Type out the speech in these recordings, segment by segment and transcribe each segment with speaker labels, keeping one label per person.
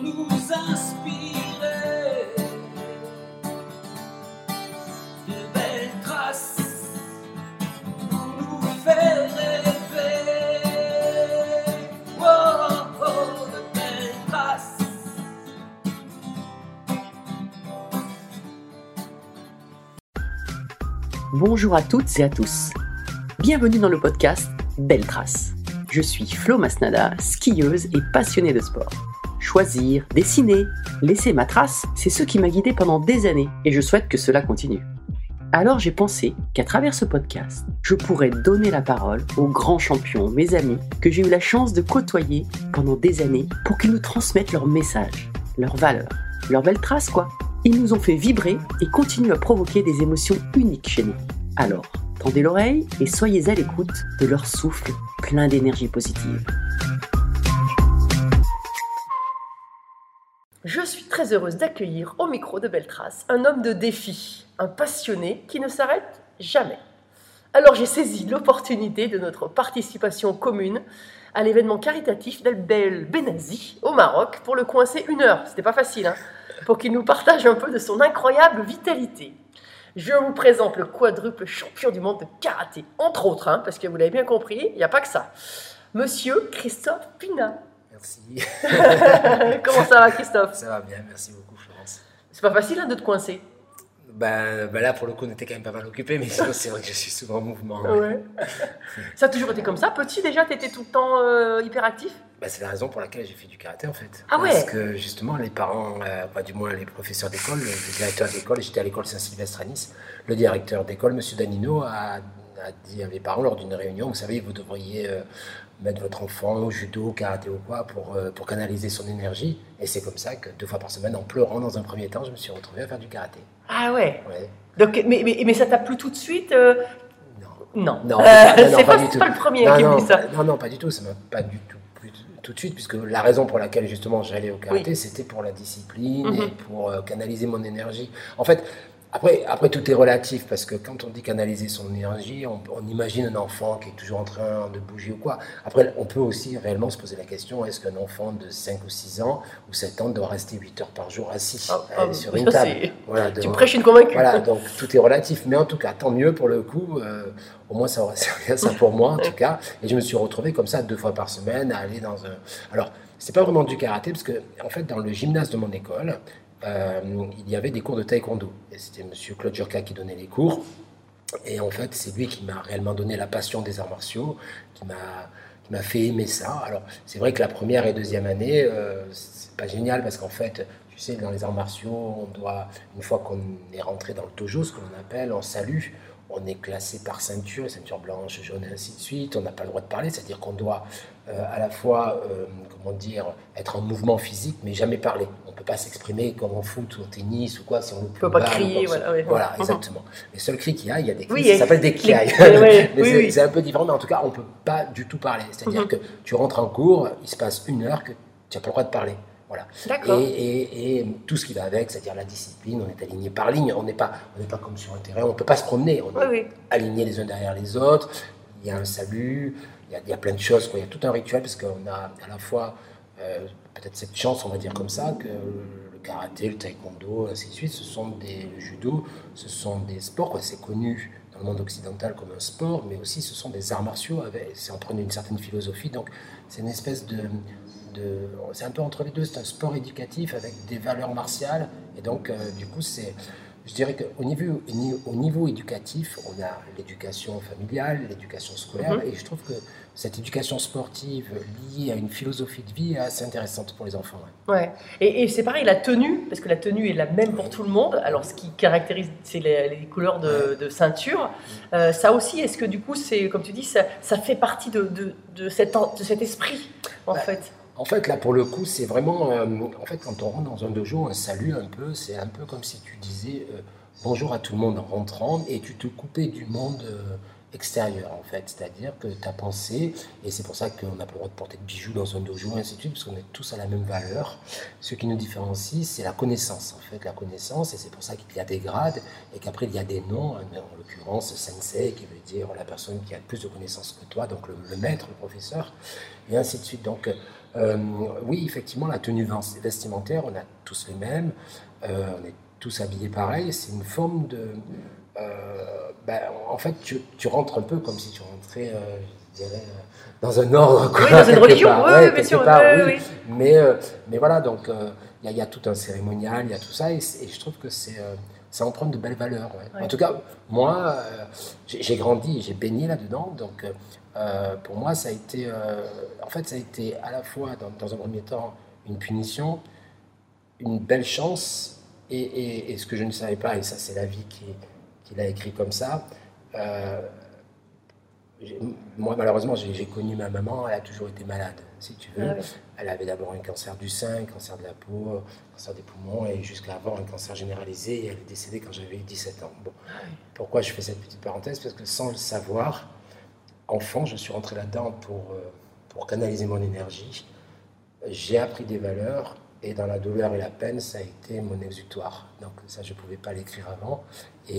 Speaker 1: nous inspirer de belles traces pour nous faire rêver. Oh, oh, oh, de belles traces.
Speaker 2: Bonjour à toutes et à tous. Bienvenue dans le podcast Belles Traces. Je suis Flo Masnada, skieuse et passionnée de sport. Choisir, dessiner, laisser ma trace, c'est ce qui m'a guidée pendant des années et je souhaite que cela continue. Alors j'ai pensé qu'à travers ce podcast, je pourrais donner la parole aux grands champions, mes amis, que j'ai eu la chance de côtoyer pendant des années pour qu'ils nous transmettent leurs messages, leurs valeurs, leurs belles traces quoi. Ils nous ont fait vibrer et continuent à provoquer des émotions uniques chez nous. Alors, tendez l'oreille et soyez à l'écoute de leur souffle plein d'énergie positive.
Speaker 3: Je suis très heureuse d'accueillir au micro de Belles Traces un homme de défi, un passionné qui ne s'arrête jamais. Alors j'ai saisi l'opportunité de notre participation commune à l'événement caritatif d'El Bel Benazi au Maroc pour le coincer 1 heure. C'était pas facile, hein, pour qu'il nous partage un peu de son incroyable vitalité. Je vous présente le quadruple champion du monde de karaté, entre autres, hein, parce que vous l'avez bien compris, il n'y a pas que ça. Monsieur Christophe Pina.
Speaker 4: Merci.
Speaker 3: Comment ça va, Christophe?
Speaker 4: Ça va bien, merci beaucoup, Florence.
Speaker 3: C'est pas facile hein, de te coincer.
Speaker 4: Ben là, pour le coup, on était quand même pas mal occupés, mais sinon, c'est vrai que je suis souvent en mouvement.
Speaker 3: Ouais. Ça a toujours été comme ça? Petit déjà, tu étais tout le temps hyperactif?
Speaker 4: Ben, c'est la raison pour laquelle j'ai fait du karaté, en fait.
Speaker 3: Ah ouais?
Speaker 4: Parce que justement, les parents, du moins les professeurs d'école, le directeur d'école, j'étais à l'école Saint-Sylvestre à Nice, le directeur d'école, M. Danino, a dit à mes parents lors d'une réunion, vous savez, vous devriez mettre votre enfant au judo, au karaté ou quoi pour canaliser son énergie. Et c'est comme ça que 2 fois par semaine, en pleurant dans un premier temps, je me suis retrouvé à faire du karaté.
Speaker 3: Ah ouais,
Speaker 4: Ouais.
Speaker 3: Donc, mais ça t'a plu tout de suite Non.
Speaker 4: Non,
Speaker 3: C'est pas
Speaker 4: du tout.
Speaker 3: le premier qui me dit ça.
Speaker 4: Non, pas du tout. Ça m'a pas du tout plu tout de suite, puisque la raison pour laquelle justement j'allais au karaté,
Speaker 3: Oui.
Speaker 4: c'était pour la discipline et pour canaliser mon énergie. En fait, après tout est relatif, parce que quand on dit canaliser son énergie, on imagine un enfant qui est toujours en train de bouger ou quoi. Après, on peut aussi réellement se poser la question, est-ce qu'un enfant de 5 ou 6 ans ou 7 ans doit rester 8 heures par jour assis sur une table? Voilà,
Speaker 3: Tu prêches une convaincue.
Speaker 4: Voilà, donc tout est relatif. Mais en tout cas, tant mieux pour le coup. Au moins, ça aurait servi à ça pour moi, en tout cas. Et je me suis retrouvé comme ça 2 fois par semaine à aller dans un... Alors, c'est pas vraiment du karaté, parce que, en fait, dans le gymnase de mon école, il y avait des cours de taekwondo. Et c'était M. Claude Jurka qui donnait les cours. Et en fait, c'est lui qui m'a réellement donné la passion des arts martiaux, qui m'a fait aimer ça. Alors, c'est vrai que la première et deuxième année, c'est pas génial, parce qu'en fait, tu sais, dans les arts martiaux, on doit, une fois qu'on est rentré dans le dojo, ce que l'on appelle, on salue, on est classé par ceinture blanche, jaune et ainsi de suite. On n'a pas le droit de parler, c'est-à-dire qu'on doit à la fois, être en mouvement physique, mais jamais parler. On ne peut pas s'exprimer comme en foot ou au tennis ou quoi, si on loupe
Speaker 3: peut pas crier, voilà. Oui.
Speaker 4: Voilà, exactement. Les seuls cris qu'il y a, il y a des cris,
Speaker 3: Oui,
Speaker 4: ça s'appelle des cris. C'est un peu différent, mais en tout cas, on ne peut pas du tout parler. C'est-à-dire que tu rentres en cours, il se passe 1 heure que tu n'as pas le droit de parler. Voilà. Et tout ce qui va avec, c'est-à-dire la discipline, on est aligné par ligne, on n'est pas comme sur un terrain, on ne peut pas se promener, on est alignés les uns derrière les autres, il y a un salut, il y a plein de choses, quoi. Il y a tout un rituel, parce qu'on a à la fois peut-être cette chance, on va dire comme ça, que le karaté, le taekwondo, ainsi de suite, le judo, ce sont des sports, quoi. C'est connu dans le monde occidental comme un sport, mais aussi ce sont des arts martiaux, c'est en prenant une certaine philosophie, donc c'est une espèce c'est un peu entre les deux, c'est un sport éducatif avec des valeurs martiales, et donc du coup je dirais qu'au niveau éducatif, on a l'éducation familiale, l'éducation scolaire, et je trouve que cette éducation sportive liée à une philosophie de vie est assez intéressante pour les enfants.
Speaker 3: Ouais. Et c'est pareil, la tenue, parce que la tenue est la même pour tout le monde. Alors, ce qui caractérise, c'est les couleurs de ceinture. Ça aussi, est-ce que du coup, c'est, comme tu dis, ça fait partie de cet esprit, en fait?
Speaker 4: En fait, là, pour le coup, c'est vraiment... en fait, quand on rentre dans un dojo, un salut un peu, c'est un peu comme si tu disais bonjour à tout le monde en rentrant, et tu te coupais du monde extérieur en fait, c'est-à-dire que ta pensée, et c'est pour ça qu'on n'a pas le droit de porter de bijoux dans un dojo, et ainsi de suite, parce qu'on est tous à la même valeur. Ce qui nous différencie, c'est la connaissance en fait, la connaissance, et c'est pour ça qu'il y a des grades, et qu'après il y a des noms, en l'occurrence sensei, qui veut dire la personne qui a plus de connaissances que toi, donc le maître, le professeur, et ainsi de suite. Donc oui, effectivement, la tenue vestimentaire, on a tous les mêmes, on est tous habillés pareil, c'est une forme de... en fait, tu rentres un peu comme si tu rentrais, je dirais, dans un ordre. Quoi,
Speaker 3: oui, dans une religion,
Speaker 4: oui,
Speaker 3: bien sûr.
Speaker 4: Oui. Mais voilà, donc il y a tout un cérémonial, il y a tout ça, et je trouve que ça emprunte de belles valeurs. Ouais. Ouais. En tout cas, moi, j'ai grandi, j'ai baigné là-dedans, donc pour moi, ça a été, ça a été à la fois, dans un premier temps, une punition, une belle chance, et ce que je ne savais pas, et ça c'est la vie qui l'a écrit comme ça. Moi, malheureusement, j'ai connu ma maman, elle a toujours été malade, si tu veux. Ah oui. Elle avait d'abord un cancer du sein, un cancer de la peau, un cancer des poumons, et jusqu'à avoir un cancer généralisé, et elle est décédée quand j'avais 17 ans. Bon. Ah oui. Pourquoi je fais cette petite parenthèse? Parce que sans le savoir, enfant, je suis rentré là-dedans pour canaliser mon énergie. J'ai appris des valeurs, et dans la douleur et la peine, ça a été mon exutoire. Donc ça, je ne pouvais pas l'écrire avant. Et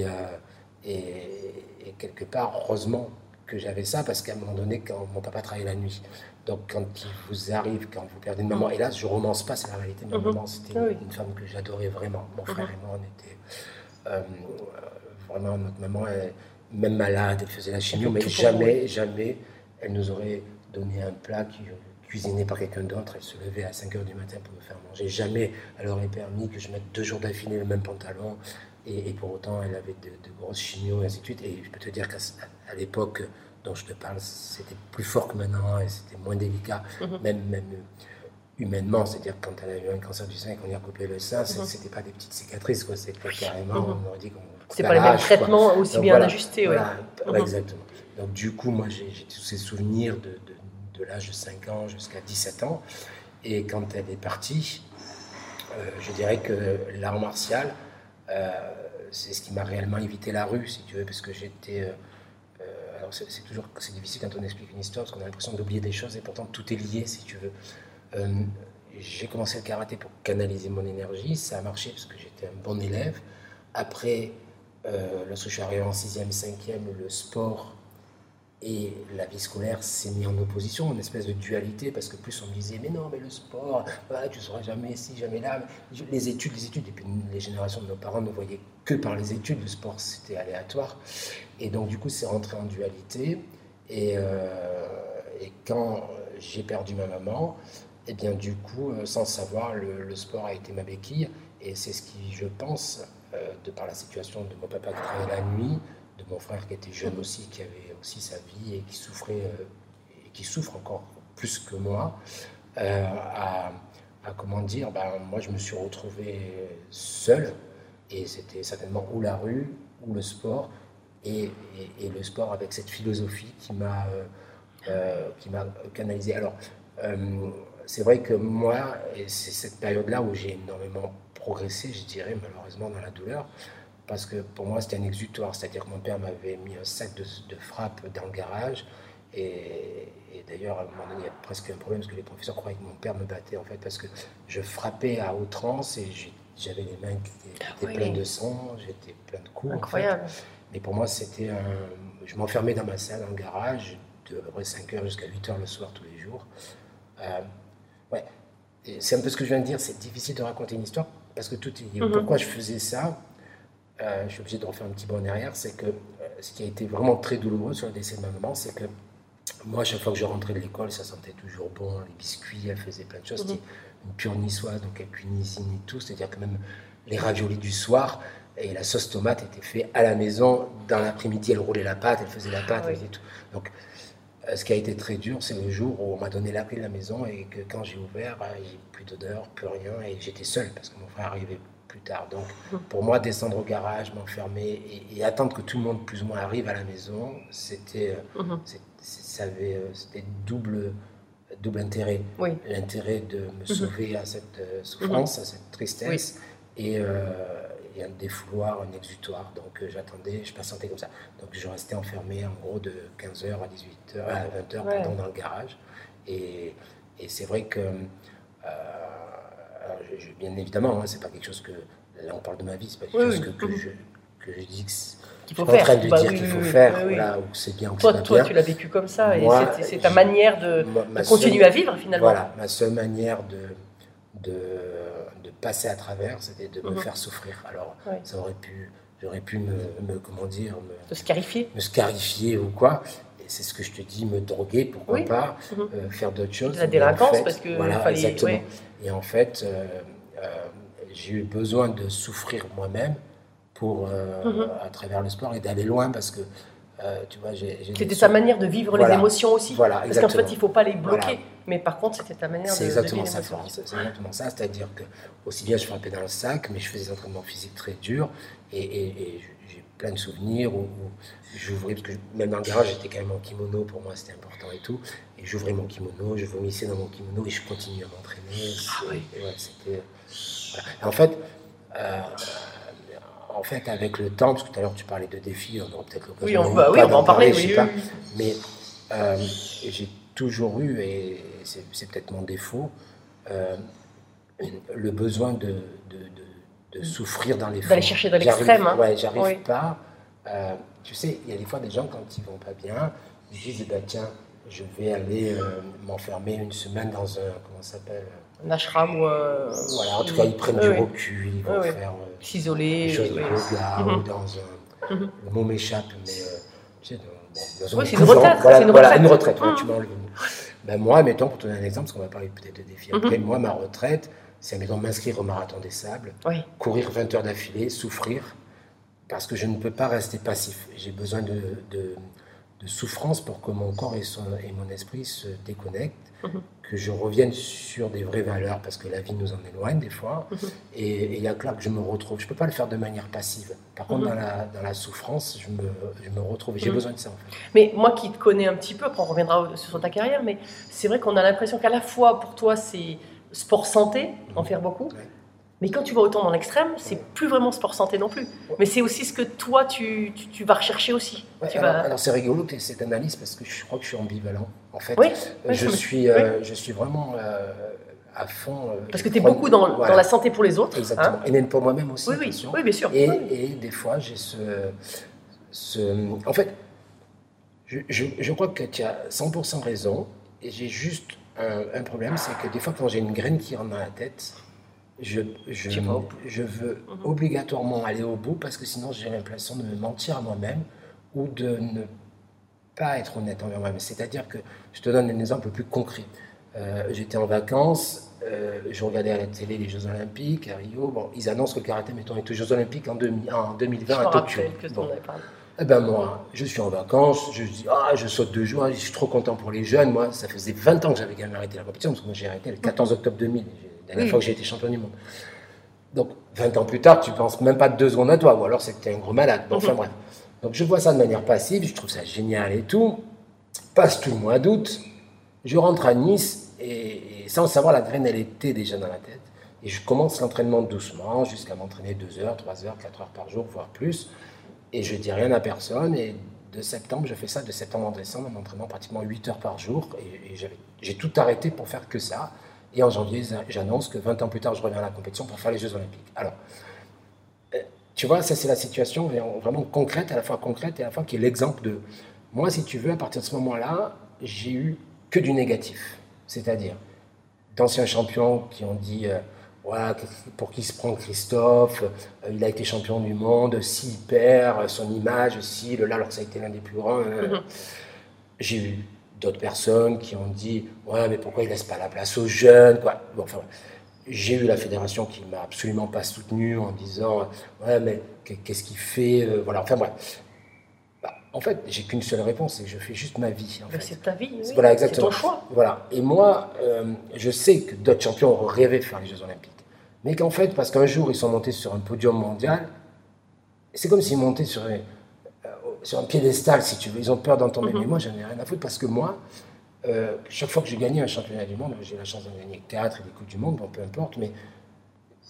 Speaker 4: quelque part, heureusement que j'avais ça, parce qu'à un moment donné, quand mon papa travaillait la nuit, donc quand il vous arrive, quand vous perdez une maman, hélas, je ne romance pas, c'est la réalité, ma maman, c'était une femme que j'adorais vraiment. Mon frère et moi, on était vraiment, notre maman, même malade, elle faisait la chimio, mais jamais, elle nous aurait donné un plat cuisiné par quelqu'un d'autre. Elle se levait à 5h du matin pour me faire manger. Jamais elle aurait permis que je mette 2 jours d'affilée le même pantalon. Et pour autant, elle avait de grosses chimios, et ainsi de suite. Et je peux te dire qu'à l'époque dont je te parle, c'était plus fort que maintenant, et c'était moins délicat, même humainement. C'est-à-dire quand elle a eu un cancer du sein et qu'on lui a coupé le sein, c'était pas des petites cicatrices, quoi. C'était carrément, on aurait dit qu'on...
Speaker 3: C'est pas les mêmes traitements aussi bien ajustés.
Speaker 4: Voilà, exactement. Donc du coup, moi, j'ai tous ces souvenirs de l'âge de 5 ans jusqu'à 17 ans. Et quand elle est partie, je dirais que l'art martial, c'est ce qui m'a réellement évité la rue, si tu veux, parce que j'étais... alors c'est difficile quand on explique une histoire, parce qu'on a l'impression d'oublier des choses, et pourtant tout est lié, si tu veux. J'ai commencé le karaté pour canaliser mon énergie, ça a marché parce que j'étais un bon élève. Après, lorsque je suis arrivé en 6e, 5e, le sport et la vie scolaire s'est mis en opposition, une espèce de dualité, parce que plus on me disait mais non, mais le sport, tu ne seras jamais ici, jamais là. Les études, et puis les générations de nos parents ne voyaient que par les études, le sport c'était aléatoire, et donc du coup c'est rentré en dualité, et quand j'ai perdu ma maman, et bien du coup, sans savoir, le sport a été ma béquille, et c'est ce qui, je pense, de par la situation de mon papa qui travaillait la nuit, de mon frère qui était jeune aussi, qui avait aussi sa vie et qui souffrait, et qui souffre encore plus que moi, comment dire, moi je me suis retrouvé seul, et c'était certainement ou la rue ou le sport, et le sport avec cette philosophie qui m'a canalisé. Alors, c'est vrai que moi, et c'est cette période-là où j'ai énormément progressé, je dirais, malheureusement dans la douleur, parce que pour moi c'était un exutoire, c'est-à-dire que mon père m'avait mis un sac de frappe dans le garage, et d'ailleurs à un moment donné il y a presque un problème, parce que les professeurs croyaient que mon père me battait en fait, parce que je frappais à outrance, et j'avais les mains qui étaient pleines de sang, j'étais plein de coups.
Speaker 3: Incroyable.
Speaker 4: En fait. Mais pour moi c'était je m'enfermais dans ma salle, dans le garage, de à peu près 5h jusqu'à 8h le soir tous les jours. C'est un peu ce que je viens de dire, c'est difficile de raconter une histoire, parce que tout est lié. Pourquoi je faisais ça? Je suis obligé de refaire un petit bond en arrière, c'est que ce qui a été vraiment très douloureux sur le décès de ma maman, c'est que moi, à chaque fois que je rentrais de l'école, ça sentait toujours bon, les biscuits, elle faisait plein de choses, c'était une pure niçoise, donc elle cuisinait tout, c'est-à-dire que même les raviolis du soir et la sauce tomate étaient faits à la maison, dans l'après-midi, elle roulait la pâte, elle faisait la pâte, elle faisait tout. Donc, ce qui a été très dur, c'est le jour où on m'a donné la clé de la maison, et que quand j'ai ouvert, il n'y avait plus d'odeur, plus rien, et j'étais seul, parce que mon frère arrivait plus tard. Donc, pour moi, descendre au garage, m'enfermer et attendre que tout le monde, plus ou moins, arrive à la maison, c'était double intérêt. Oui. L'intérêt de me sauver à cette souffrance, à cette tristesse, et et un défouloir, un exutoire. Donc j'attendais, je patientais comme ça. Donc je restais enfermé en gros de 15h à 18h, à 20h dans le garage. Et c'est vrai que, bien évidemment, c'est pas quelque chose que, là on parle de ma vie, c'est pas quelque chose que je dis qu'il faut faire. Je suis pas en train de dire qu'il faut faire, voilà, ou c'est bien ou c'est pas bien.
Speaker 3: Toi, tu l'as vécu comme ça, moi, et c'est ta manière de continuer à vivre finalement.
Speaker 4: Voilà, ma seule manière de passer à travers, c'était de me faire souffrir. Alors, j'aurais pu
Speaker 3: te scarifier.
Speaker 4: Me scarifier ou quoi. Et c'est ce que je te dis, me droguer, pourquoi pas, faire d'autres choses.
Speaker 3: La délinquance, parce que
Speaker 4: voilà, exactement. Et en fait, j'ai eu besoin de souffrir moi-même pour, à travers le sport et d'aller loin parce que, tu vois,
Speaker 3: c'était ta manière de vivre les émotions aussi.
Speaker 4: Voilà,
Speaker 3: parce qu'en fait, il ne faut pas les bloquer. Mais par contre, c'était ta manière de vivre les émotions.
Speaker 4: C'est exactement ça. C'est-à-dire que, aussi bien je frappais dans le sac, mais je faisais des entraînements physiques très durs et j'ai plein de souvenirs où j'ouvrais, parce que même dans le garage, j'étais quand même en kimono, pour moi c'était important et tout. Et j'ouvrais mon kimono, je vomissais dans mon kimono et je continuais à m'entraîner. C'était... Voilà. Et en fait, avec le temps, parce que tout à l'heure tu parlais de défis, on aura peut-être l'occasion
Speaker 3: on va en parler,
Speaker 4: je sais pas. Mais j'ai toujours eu, et c'est peut-être mon défaut, le besoin de souffrir dans l'effort.
Speaker 3: D'aller chercher dans l'extrême.
Speaker 4: J'arrive pas. Tu sais, il y a des fois des gens, quand ils vont pas bien, ils disent, tiens, je vais aller m'enfermer une semaine dans un, comment ça s'appelle,
Speaker 3: un ashram ou
Speaker 4: voilà, en tout cas, ils prennent du recul, ils vont faire
Speaker 3: s'isoler,
Speaker 4: des choses de yoga ou dans un... Le mot m'échappe, mais tu sais,
Speaker 3: c'est une retraite.
Speaker 4: Une retraite, tu m'as enlevé le mot. Ben moi, mettons, pour te donner un exemple, parce qu'on va parler peut-être de défis après, moi, ma retraite, c'est, mettons, m'inscrire au Marathon des Sables, courir 20 heures d'affilée, souffrir, parce que je ne peux pas rester passif. J'ai besoin de souffrance pour que mon corps et mon esprit se déconnectent, que je revienne sur des vraies valeurs, parce que la vie nous en éloigne des fois, et il y a que là que je me retrouve. Je ne peux pas le faire de manière passive. Par contre, dans la souffrance, je me retrouve, et j'ai besoin de ça en fait.
Speaker 3: Mais moi qui te connais un petit peu, après on reviendra sur ta carrière, mais c'est vrai qu'on a l'impression qu'à la fois pour toi c'est sport santé, en faire beaucoup, mais quand tu vas autant dans l'extrême, c'est plus vraiment sport santé non plus. Mais c'est aussi ce que toi, tu vas rechercher aussi.
Speaker 4: Alors c'est rigolo que cette analyse, parce que je crois que je suis ambivalent. En fait, je suis vraiment à fond.
Speaker 3: Parce que tu es beaucoup dans la santé pour les autres.
Speaker 4: Exactement. Et même pour moi-même aussi.
Speaker 3: Oui, bien sûr.
Speaker 4: Et des fois, j'ai En fait, je crois que tu as 100% raison. Et j'ai juste un problème, c'est que des fois, quand j'ai une graine qui rentre dans la tête, je veux obligatoirement aller au bout, parce que sinon j'ai l'impression de me mentir à moi-même ou de ne pas être honnête envers moi-même. C'est-à-dire que, je te donne un exemple plus concret. J'étais en vacances, je regardais à la télé les Jeux Olympiques à Rio. Bon, ils annoncent que le karaté, mettons, est aux Jeux Olympiques en 2020 à Tokyo. Eh ben moi, je suis en vacances, je dis, je saute 2 jours, je suis trop content pour les jeunes. Moi, ça faisait 20 ans que j'avais quand même arrêté la compétition, parce que moi j'ai arrêté le 14 octobre 2000, la dernière fois que j'ai été champion du monde. Donc, 20 ans plus tard, tu ne penses même pas 2 secondes à toi, ou alors c'est que tu es un gros malade. Bon, enfin bref. Donc, je vois ça de manière passive, je trouve ça génial et tout. Passe tout le mois d'août, je rentre à Nice, et sans savoir, la graine, elle était déjà dans la tête. Et je commence l'entraînement doucement, jusqu'à m'entraîner 2 heures, 3 heures, 4 heures par jour, voire plus. Et je dis rien à personne. Et de septembre, je fais ça de septembre en décembre, en m'entraînant pratiquement 8 heures par jour. Et j'ai tout arrêté pour faire que ça. Et en janvier, j'annonce que 20 ans plus tard, je reviens à la compétition pour faire les Jeux Olympiques. Alors, tu vois, ça c'est la situation vraiment concrète, à la fois concrète et à la fois qui est l'exemple de... Moi, si tu veux, à partir de ce moment-là, j'ai eu que du négatif. C'est-à-dire, d'anciens champions qui ont dit... pour qui se prend Christophe, il a été champion du monde, s'il perd, son image, alors que ça a été l'un des plus grands. J'ai eu d'autres personnes qui ont dit, mais pourquoi il ne laisse pas la place aux jeunes, quoi. Bon, enfin, j'ai eu la fédération qui ne m'a absolument pas soutenu en disant, mais qu'est-ce qu'il fait, voilà, enfin bref. En fait, j'ai qu'une seule réponse, c'est que je fais juste ma vie. En fait.
Speaker 3: C'est ta vie, oui.
Speaker 4: Voilà, exactement.
Speaker 3: C'est ton choix.
Speaker 4: Voilà. Et moi, je sais que d'autres champions ont rêvé de faire les Jeux Olympiques. Mais qu'en fait, parce qu'un jour, ils sont montés sur un podium mondial, c'est comme s'ils montaient sur un piédestal, si tu veux. Ils ont peur d'en tomber. Mais moi, j'en ai rien à foutre, parce que moi, chaque fois que j'ai gagné un championnat du monde, j'ai eu la chance d'en gagner 4 et des Coupes du Monde, bon, peu importe, mais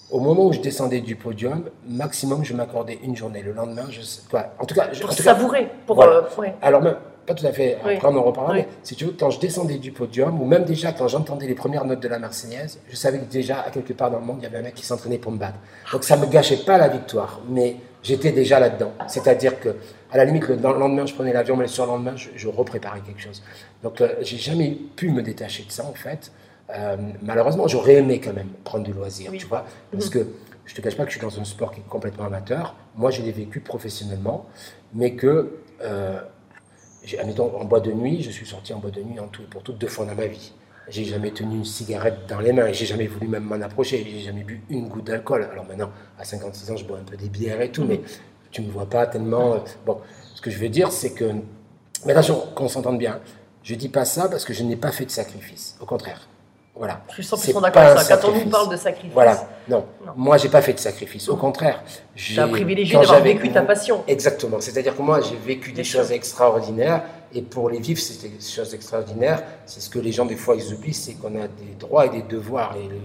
Speaker 4: au moment où je descendais du podium, maximum, je m'accordais une journée. Le lendemain, en tout cas...
Speaker 3: Pour savourer.
Speaker 4: Voilà.
Speaker 3: Ouais.
Speaker 4: Alors même, pas tout à fait,
Speaker 3: Oui.
Speaker 4: après on en reparlera,
Speaker 3: Oui.
Speaker 4: mais si tu veux, quand je descendais du podium, ou même déjà quand j'entendais les premières notes de la Marseillaise, je savais que déjà, à quelque part dans le monde, il y avait un mec qui s'entraînait pour me battre. Donc ça ne me gâchait pas la victoire, mais j'étais déjà là-dedans. C'est-à-dire que, à la limite, le lendemain, je prenais l'avion, mais le surlendemain, je repréparais quelque chose. Donc j'ai jamais pu me détacher de ça, en fait. Malheureusement, j'aurais aimé quand même prendre du loisir, tu vois, parce que je ne te cache pas que je suis dans un sport qui est complètement amateur. Moi, je l'ai vécu professionnellement, mais que... admettons, en boîte de nuit, je suis sorti en boîte de nuit en tout et pour tout 2 fois dans ma vie. J'ai jamais tenu une cigarette dans les mains et j'ai jamais voulu même m'en approcher. J'ai jamais bu une goutte d'alcool. Alors maintenant, à 56 ans, je bois un peu des bières et tout, mais tu me vois pas tellement. Bon, ce que je veux dire, c'est que, mais attention, qu'on s'entende bien. Je dis pas ça parce que je n'ai pas fait de sacrifice. Au contraire. Voilà.
Speaker 3: Je suis 100% d'accord avec ça. Quand on nous parle de sacrifice.
Speaker 4: Voilà. Non. Moi, j'ai pas fait de sacrifice. Au contraire.
Speaker 3: Tu as privilégié d'avoir vécu ta passion.
Speaker 4: Exactement. C'est-à-dire que moi, j'ai vécu des choses extraordinaires. Et pour les vivre, c'est des choses extraordinaires. C'est ce que les gens, des fois, ils oublient, c'est qu'on a des droits et des devoirs. Et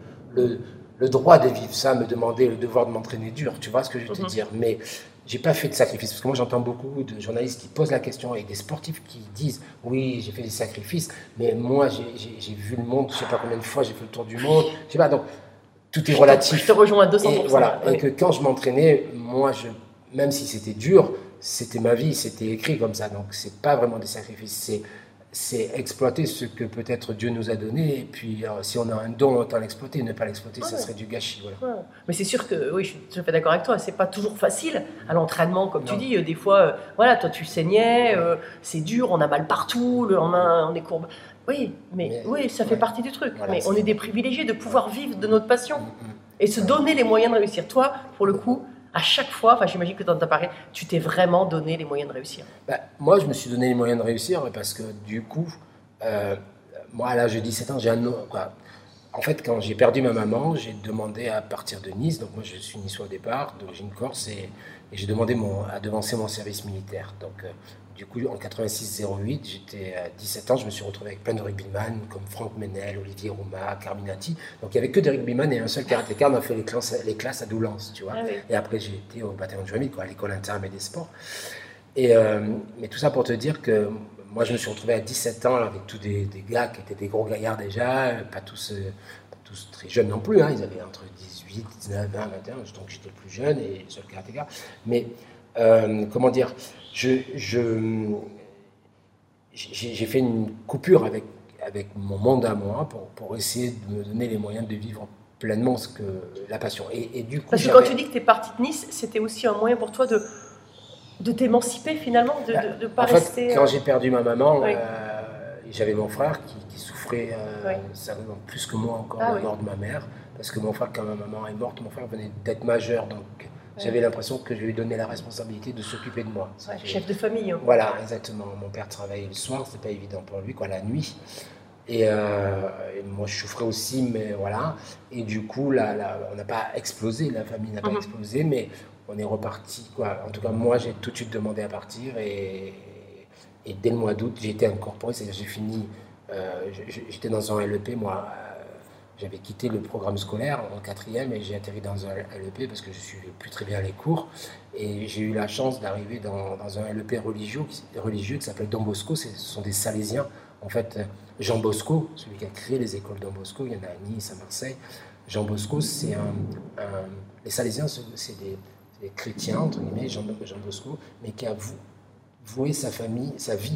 Speaker 4: le droit de vivre ça me demandait le devoir de m'entraîner dur. Tu vois ce que je veux te dire? Mais j'ai pas fait de sacrifice. Parce que moi, j'entends beaucoup de journalistes qui posent la question et des sportifs qui disent oui, j'ai fait des sacrifices. Mais moi, j'ai vu le monde, je sais pas combien de fois, j'ai fait le tour du monde. Je sais pas, donc tout est relatif.
Speaker 3: Je te rejoins à 200%.
Speaker 4: Et voilà. Et que quand je m'entraînais, moi, même si c'était dur, c'était ma vie, c'était écrit comme ça. Donc, c'est pas vraiment des sacrifices. C'est exploiter ce que peut-être Dieu nous a donné. Et puis, si on a un don, autant l'exploiter. Ne pas l'exploiter, ça serait du gâchis. Voilà.
Speaker 3: Ouais. Mais c'est sûr que, oui, je suis tout à fait d'accord avec toi. C'est pas toujours facile à l'entraînement, comme tu dis. Des fois, voilà, toi, tu saignais, c'est dur, on a mal partout, le lendemain, on est courbe. Oui, mais oui, ça fait partie du truc. Voilà, mais on est des privilégiés de pouvoir vivre de notre passion et se donner les moyens de réussir. Toi, pour le coup, à chaque fois, j'imagine que dans ta parole, tu t'es vraiment donné les moyens de réussir.
Speaker 4: Moi, je me suis donné les moyens de réussir parce que du coup, moi, à l'âge de 17 ans, j'ai un nom. En fait, quand j'ai perdu ma maman, j'ai demandé à partir de Nice. Donc, moi, je suis niçois au départ, d'origine corse, et j'ai demandé à devancer mon service militaire. Donc, du coup, en 86-08, j'étais à 17 ans, je me suis retrouvé avec plein de rugbyman comme Franck Menel, Olivier Roumat, Carminati. Donc, il n'y avait que des rugbyman et un seul karatéka. On a fait les classes à Doullens, tu vois. Ah oui. Et après, j'ai été au bataillon de Joinville, à l'école interarmée des sports. Mais tout ça pour te dire que moi, je me suis retrouvé à 17 ans avec tous des gars qui étaient des gros gaillards déjà, pas tous très jeunes non plus. Hein. Ils avaient entre 18, 19, 20, 21, donc j'étais le plus jeune et le seul karatéka. Mais comment dire, j'ai fait une coupure avec mon monde à moi pour essayer de me donner les moyens de vivre pleinement la passion. Et du coup,
Speaker 3: parce que quand tu dis que tu es parti de Nice, c'était aussi un moyen pour toi de t'émanciper finalement, de ne pas rester...
Speaker 4: Quand j'ai perdu ma maman, j'avais mon frère qui souffrait certainement plus que moi encore de la mort de ma mère, parce que mon frère, quand ma maman est morte, mon frère venait d'être majeur, donc j'avais l'impression que je lui donnais la responsabilité de s'occuper de moi.
Speaker 3: Chef de famille. Hein.
Speaker 4: Voilà, exactement. Mon père travaillait le soir, c'était pas évident pour lui, la nuit. Et moi, je souffrais aussi, mais voilà. Et du coup, on n'a pas explosé, la famille n'a pas explosé, mais on est reparti, En tout cas, moi, j'ai tout de suite demandé à partir et dès le mois d'août, j'ai été incorporé, c'est-à-dire j'ai fini, j'étais dans un LEP, moi, j'avais quitté le programme scolaire en 4e et j'ai atterri dans un LEP parce que je ne suivais plus très bien les cours. Et j'ai eu la chance d'arriver dans un LEP religieux qui s'appelle Don Bosco, ce sont des Salésiens. En fait, Jean Bosco, celui qui a créé les écoles Don Bosco, il y en a à Nice, à Marseille. Jean Bosco, c'est les Salésiens, c'est des chrétiens, entre guillemets, Jean Bosco, mais qui a voué sa vie,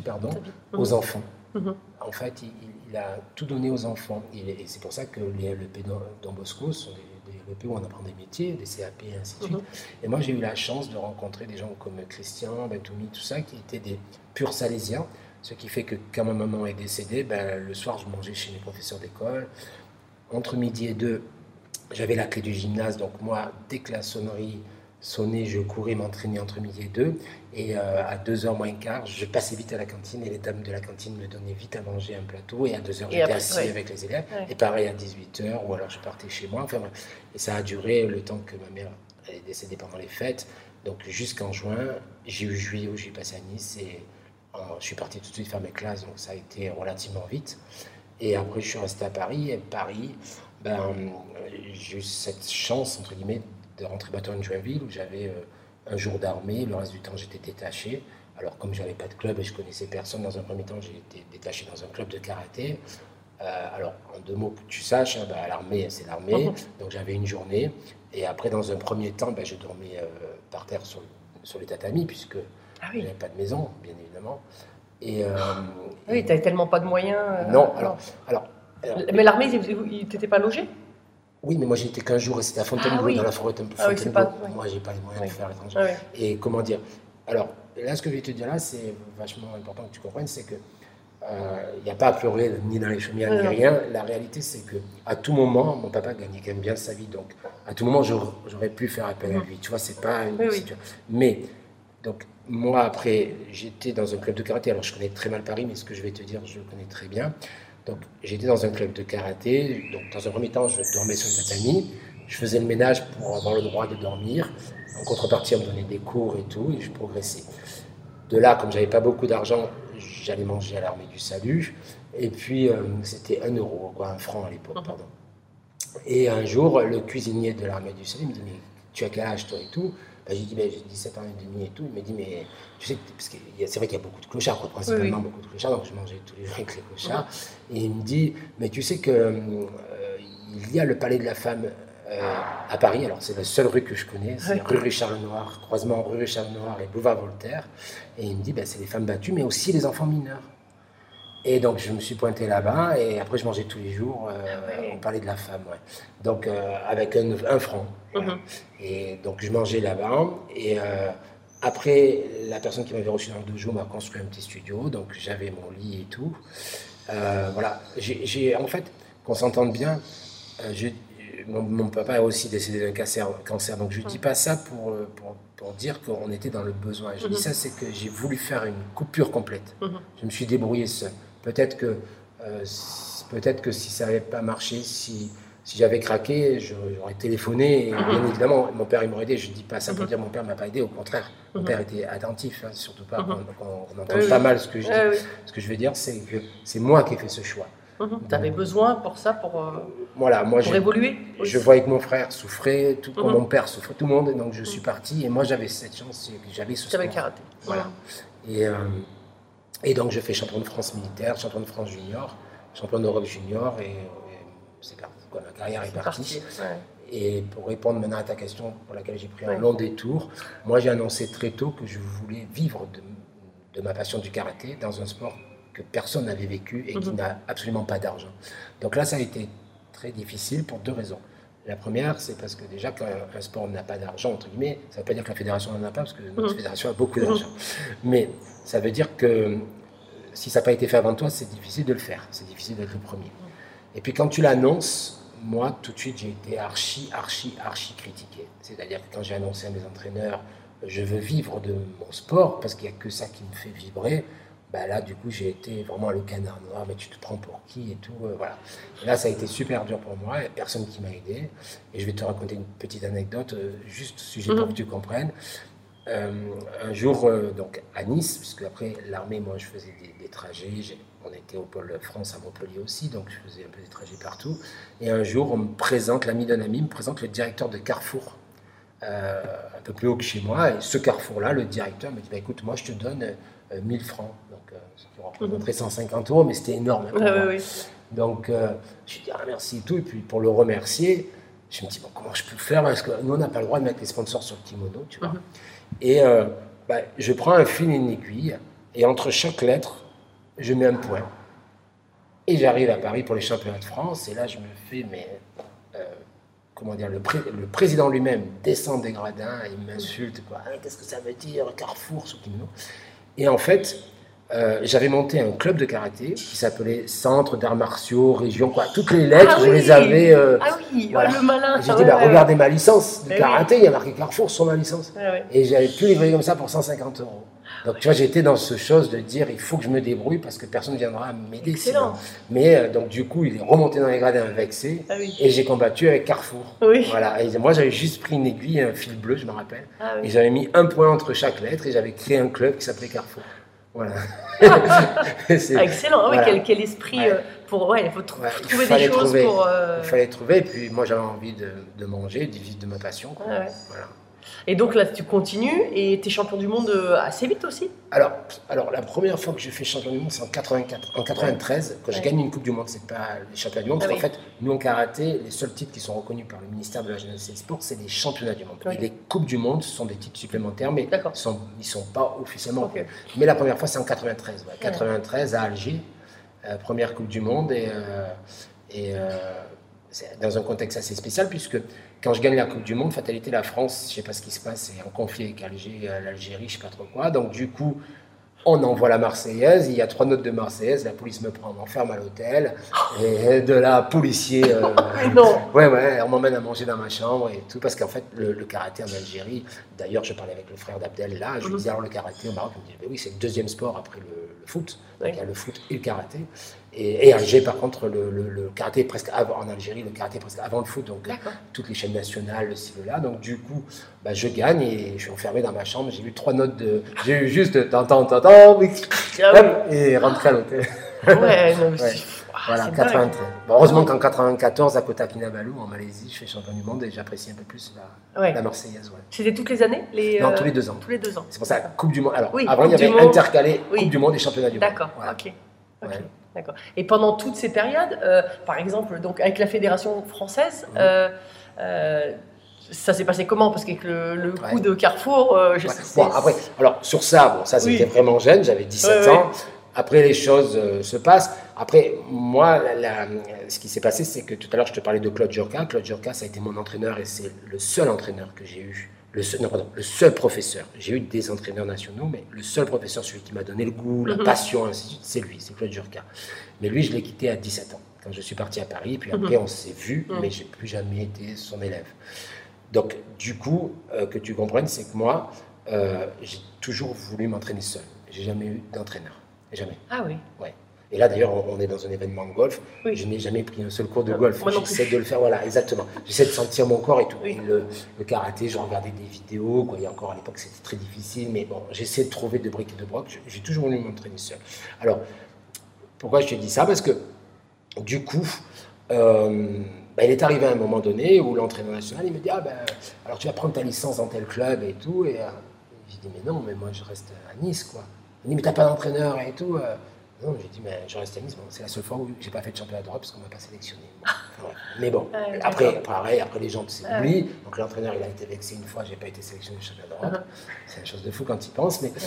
Speaker 4: aux enfants. En fait, il a tout donné aux enfants. Et c'est pour ça que les LEP Don Bosco sont des LEP où on apprend des métiers, des CAP et ainsi de suite. Et moi, j'ai eu la chance de rencontrer des gens comme Christian, Bentoumi, tout ça, qui étaient des purs Salésiens. Ce qui fait que quand ma maman est décédée, le soir, je mangeais chez mes professeurs d'école. Entre midi et 2, j'avais la clé du gymnase. Donc moi, dès que la sonnerie sonnait, je courais m'entraîner entre midi et 2. Et à 2h moins quart, je passais vite à la cantine et les dames de la cantine me donnaient vite à manger un plateau. Et à 2h, j'étais assis avec les élèves. Et pareil à 18h, ou alors je partais chez moi. Enfin, et ça a duré le temps que ma mère est décédée pendant les fêtes. Donc jusqu'en juin, j'ai eu juillet où j'ai passé à Nice et je suis parti tout de suite faire mes classes, donc ça a été relativement vite. Et après, je suis resté à Paris. Et Paris, j'ai eu cette chance, entre guillemets, de rentrer bataillon de Joinville, où j'avais un jour d'armée. Le reste du temps, j'étais détaché. Alors, comme je n'avais pas de club et je connaissais personne, dans un premier temps, j'ai été détaché dans un club de karaté. Alors, en 2 mots que tu saches, l'armée, c'est l'armée. Donc, j'avais une journée. Et après, dans un premier temps, je dormais par terre sur les tatamis, puisque je n'avais pas de maison, bien évidemment. Et,
Speaker 3: oui, tu n'avais tellement pas de moyens.
Speaker 4: Non,
Speaker 3: mais l'armée, il t'était pas logé?
Speaker 4: Oui, mais moi j'étais qu'un jour et c'était à Fontainebleau, dans la forêt de Fontainebleau. Moi, j'ai pas les moyens de faire l'étranger. Et comment dire? Alors, là, ce que je vais te dire là, c'est vachement important que tu comprennes, c'est que il n'y a pas à pleurer ni dans les chaumières ni rien. La réalité, c'est que à tout moment, mon papa gagnait quand même bien sa vie, donc à tout moment, j'aurais pu faire appel à lui. Tu vois, c'est pas une situation. Mais donc moi, après, j'étais dans un club de karaté. Alors, je connais très mal Paris, mais ce que je vais te dire, je le connais très bien. Donc, j'étais dans un club de karaté. Donc, dans un premier temps, je dormais sur le tatami. Je faisais le ménage pour avoir le droit de dormir. En contrepartie, on me donnait des cours et tout, et je progressais. De là, comme j'avais pas beaucoup d'argent, j'allais manger à l'Armée du Salut. Et puis, c'était 1 euro, quoi, 1 franc à l'époque, pardon. Et un jour, le cuisinier de l'Armée du Salut me dit, mais tu as quel âge, toi, et tout? J'ai dit, j'ai 17 ans et demi et tout. Il m'a dit, mais tu sais, parce que c'est vrai qu'il y a beaucoup de clochards, quoi, principalement beaucoup de clochards, donc je mangeais tous les jours avec les clochards. Et il me dit, mais tu sais qu'il y a le Palais de la Femme à Paris, alors c'est la seule rue que je connais, c'est rue Richard Lenoir, croisement rue Richard Lenoir et boulevard Voltaire. Et il me dit, c'est les femmes battues, mais aussi les enfants mineurs. Et donc je me suis pointé là-bas et après je mangeais tous les jours au Palais de la Femme, donc avec 1 franc. Et donc je mangeais là-bas et après la personne qui m'avait reçu dans le dojo m'a construit un petit studio, donc j'avais mon lit et tout. Voilà, j'ai en fait, qu'on s'entende bien, mon papa est aussi décédé d'un cancer, donc je ne dis pas ça pour dire qu'on était dans le besoin. Je dis ça, c'est que j'ai voulu faire une coupure complète. Je me suis débrouillé seul. Peut-être que si ça n'avait pas marché, si j'avais craqué, j'aurais téléphoné. Et bien évidemment, mon père il m'aurait aidé. Je ne dis pas ça pour dire mon père ne m'a pas aidé. Au contraire, mon père était attentif, surtout pas qu'on entende pas mal ce que je dis. Ce que je veux dire, c'est que c'est moi qui ai fait ce choix.
Speaker 3: Tu avais besoin pour ça,
Speaker 4: voilà, moi,
Speaker 3: pour évoluer aussi.
Speaker 4: Je voyais que mon frère souffrait, tout comme mon père souffrait, tout le monde, et donc je suis parti, et moi j'avais cette chance, j'avais ce sport.
Speaker 3: Tu avais karaté.
Speaker 4: Voilà. Et donc je fais champion de France militaire, champion de France junior, champion d'Europe junior, et c'est parti, quoi, ma carrière est partie. Et pour répondre maintenant à ta question, pour laquelle j'ai pris un long détour, moi j'ai annoncé très tôt que je voulais vivre de ma passion du karaté dans un sport que personne n'avait vécu et qui n'a absolument pas d'argent. Donc là, ça a été très difficile pour 2 raisons. La première, c'est parce que déjà, quand un sport n'a pas d'argent, entre guillemets, ça ne veut pas dire que la fédération n'en a pas, parce que notre fédération a beaucoup d'argent. Mais ça veut dire que si ça n'a pas été fait avant toi, c'est difficile de le faire. C'est difficile d'être le premier. Et puis quand tu l'annonces, moi, tout de suite, j'ai été archi critiqué. C'est-à-dire que quand j'ai annoncé à mes entraîneurs, je veux vivre de mon sport, parce qu'il n'y a que ça qui me fait vibrer, là, du coup, j'ai été vraiment le canard noir, mais tu te prends pour qui et tout, voilà. Et là, ça a été super dur pour moi, il n'y a personne qui m'a aidé. Et je vais te raconter une petite anecdote, juste sujet pour que tu comprennes. Un jour, donc à Nice, puisque après l'armée, moi, je faisais des trajets, on était au pôle France à Montpellier aussi, donc je faisais un peu des trajets partout. Et un jour, on me présente, l'ami d'un ami me présente le directeur de Carrefour, un peu plus haut que chez moi. Et ce Carrefour-là, le directeur me dit, écoute, moi, je te donne 1000 francs, donc ce qui représenterait 150 €, mais c'était énorme. Donc je lui dis merci et tout, et puis pour le remercier, je me dis comment je peux faire, parce que nous on n'a pas le droit de mettre les sponsors sur le kimono, tu vois. Et je prends un fil et une aiguille, et entre chaque lettre, je mets un point. Et j'arrive à Paris pour les championnats de France, et là je me fais, comment dire, le président lui-même descend des gradins, il m'insulte, quoi. Qu'est-ce que ça veut dire, Carrefour sur le kimono? Et en fait, j'avais monté un club de karaté qui s'appelait Centre d'arts martiaux, région, quoi. Toutes les lettres, je les avais.
Speaker 3: Voilà. Le malin.
Speaker 4: J'ai dit, regardez ma licence de karaté, il y a marqué Carrefour sur ma licence. Et j'avais pu livrer comme ça pour 150 €. Donc, tu vois, j'étais dans ce chose de dire, il faut que je me débrouille parce que personne ne viendra m'aider.
Speaker 3: Excellent.
Speaker 4: Mais donc, du coup, il est remonté dans les gradins vexé et j'ai combattu avec Carrefour. Voilà. Et moi, j'avais juste pris une aiguille et un fil bleu, je me rappelle. Et j'avais mis un point entre chaque lettre et j'avais créé un club qui s'appelait Carrefour. Voilà.
Speaker 3: Excellent,
Speaker 4: voilà.
Speaker 3: Oui, quel esprit pour... il faut trouver des choses pour...
Speaker 4: Il fallait trouver, et puis moi j'avais envie de manger, de vivre de ma passion. Voilà.
Speaker 3: Et donc là, tu continues et tu es champion du monde assez vite aussi.
Speaker 4: Alors, la première fois que je fais champion du monde, c'est en 93, quand je gagne une Coupe du Monde. C'est pas les championnats du monde, parce qu'en fait, nous en karaté, les seuls titres qui sont reconnus par le ministère de la Jeunesse et des Sports, c'est les championnats du monde. Et les Coupes du monde, ce sont des titres supplémentaires, mais ils sont pas officiellement reconnus. Mais la première fois, c'est en 93. 93 à Alger, première Coupe du monde, et c'est dans un contexte assez spécial, puisque quand je gagne la Coupe du Monde, fatalité, la France, je ne sais pas ce qui se passe, est en conflit avec l'Algérie, je ne sais pas trop quoi. Donc du coup, on envoie la Marseillaise, il y a 3 notes de Marseillaise, la police me prend, on m'enferme à l'hôtel, et de là, policier, on m'emmène à manger dans ma chambre et tout, parce qu'en fait, le karaté en Algérie, d'ailleurs, je parlais avec le frère d'Abdel là, je lui disais, alors le karaté au Maroc, il me dit, oui, c'est le deuxième sport après le foot, donc il y a le foot et le karaté. Et Alger, par contre, le karaté est presque avant, en Algérie, le karaté est presque avant le foot, donc toutes les chaînes nationales, là. Donc du coup, je gagne et je suis enfermé dans ma chambre. J'ai eu 3 notes j'ai eu juste t'entends, et rentré à l'hôtel. Voilà, 93. Bon, heureusement qu'en 94, à Kota Kinabalu, en Malaisie, je fais champion du monde et j'apprécie un peu plus la Marseillaise.
Speaker 3: C'était toutes les années
Speaker 4: Non, tous les 2 ans.
Speaker 3: Tous les 2 ans.
Speaker 4: C'est pour ça, Coupe du Monde. Alors, avant, il y avait intercalé Coupe du Monde et Championnat du monde.
Speaker 3: D'accord, ok. D'accord. Et pendant toutes ces périodes, par exemple, donc avec la Fédération française, ça s'est passé comment? Parce qu'avec le coup de Carrefour,
Speaker 4: après, alors sur ça, c'était vraiment jeune, j'avais 17 ans. Après, les choses se passent. Après, moi, ce qui s'est passé, c'est que tout à l'heure, je te parlais de Claude Jurka. Claude Jurka, ça a été mon entraîneur et c'est le seul entraîneur que j'ai eu. Le seul professeur. J'ai eu des entraîneurs nationaux, mais le seul professeur, celui qui m'a donné le goût, la passion, ainsi de suite, c'est lui, c'est Claude Jurka. Mais lui, je l'ai quitté à 17 ans, quand je suis parti à Paris. Puis après, on s'est vu, mais je n'ai plus jamais été son élève. Donc, du coup, que tu comprennes, c'est que moi, j'ai toujours voulu m'entraîner seul. J'ai jamais eu d'entraîneur. Jamais.
Speaker 3: Ah oui.
Speaker 4: Ouais. Et là, d'ailleurs, on est dans un événement de golf. Je n'ai jamais pris un seul cours de golf. J'essaie de le faire, voilà, exactement. J'essaie de sentir mon corps et tout. Et le karaté, je regardais des vidéos. Il y a encore à l'époque, c'était très difficile. Mais bon, j'essaie de trouver de briques et de brocs. J'ai toujours voulu m'entraîner seul. Alors, pourquoi je te dis ça? Parce que, du coup, il est arrivé à un moment donné où l'entraîneur national, il me dit, alors tu vas prendre ta licence dans tel club et tout. Et je dis, mais non, mais moi, je reste à Nice, quoi. Il me dit, mais t'as pas d'entraîneur et tout. Non, j'ai dit, mais je reste à Nice. Bon, c'est la seule fois où j'ai pas fait de championnat d'Europe parce qu'on m'a pas sélectionné. Bon, mais bon, après, pareil, après les gens s'oublient. Donc l'entraîneur, il a été vexé une fois, j'ai pas été sélectionné au championnat d'Europe. C'est une chose de fou quand il pense. Mais,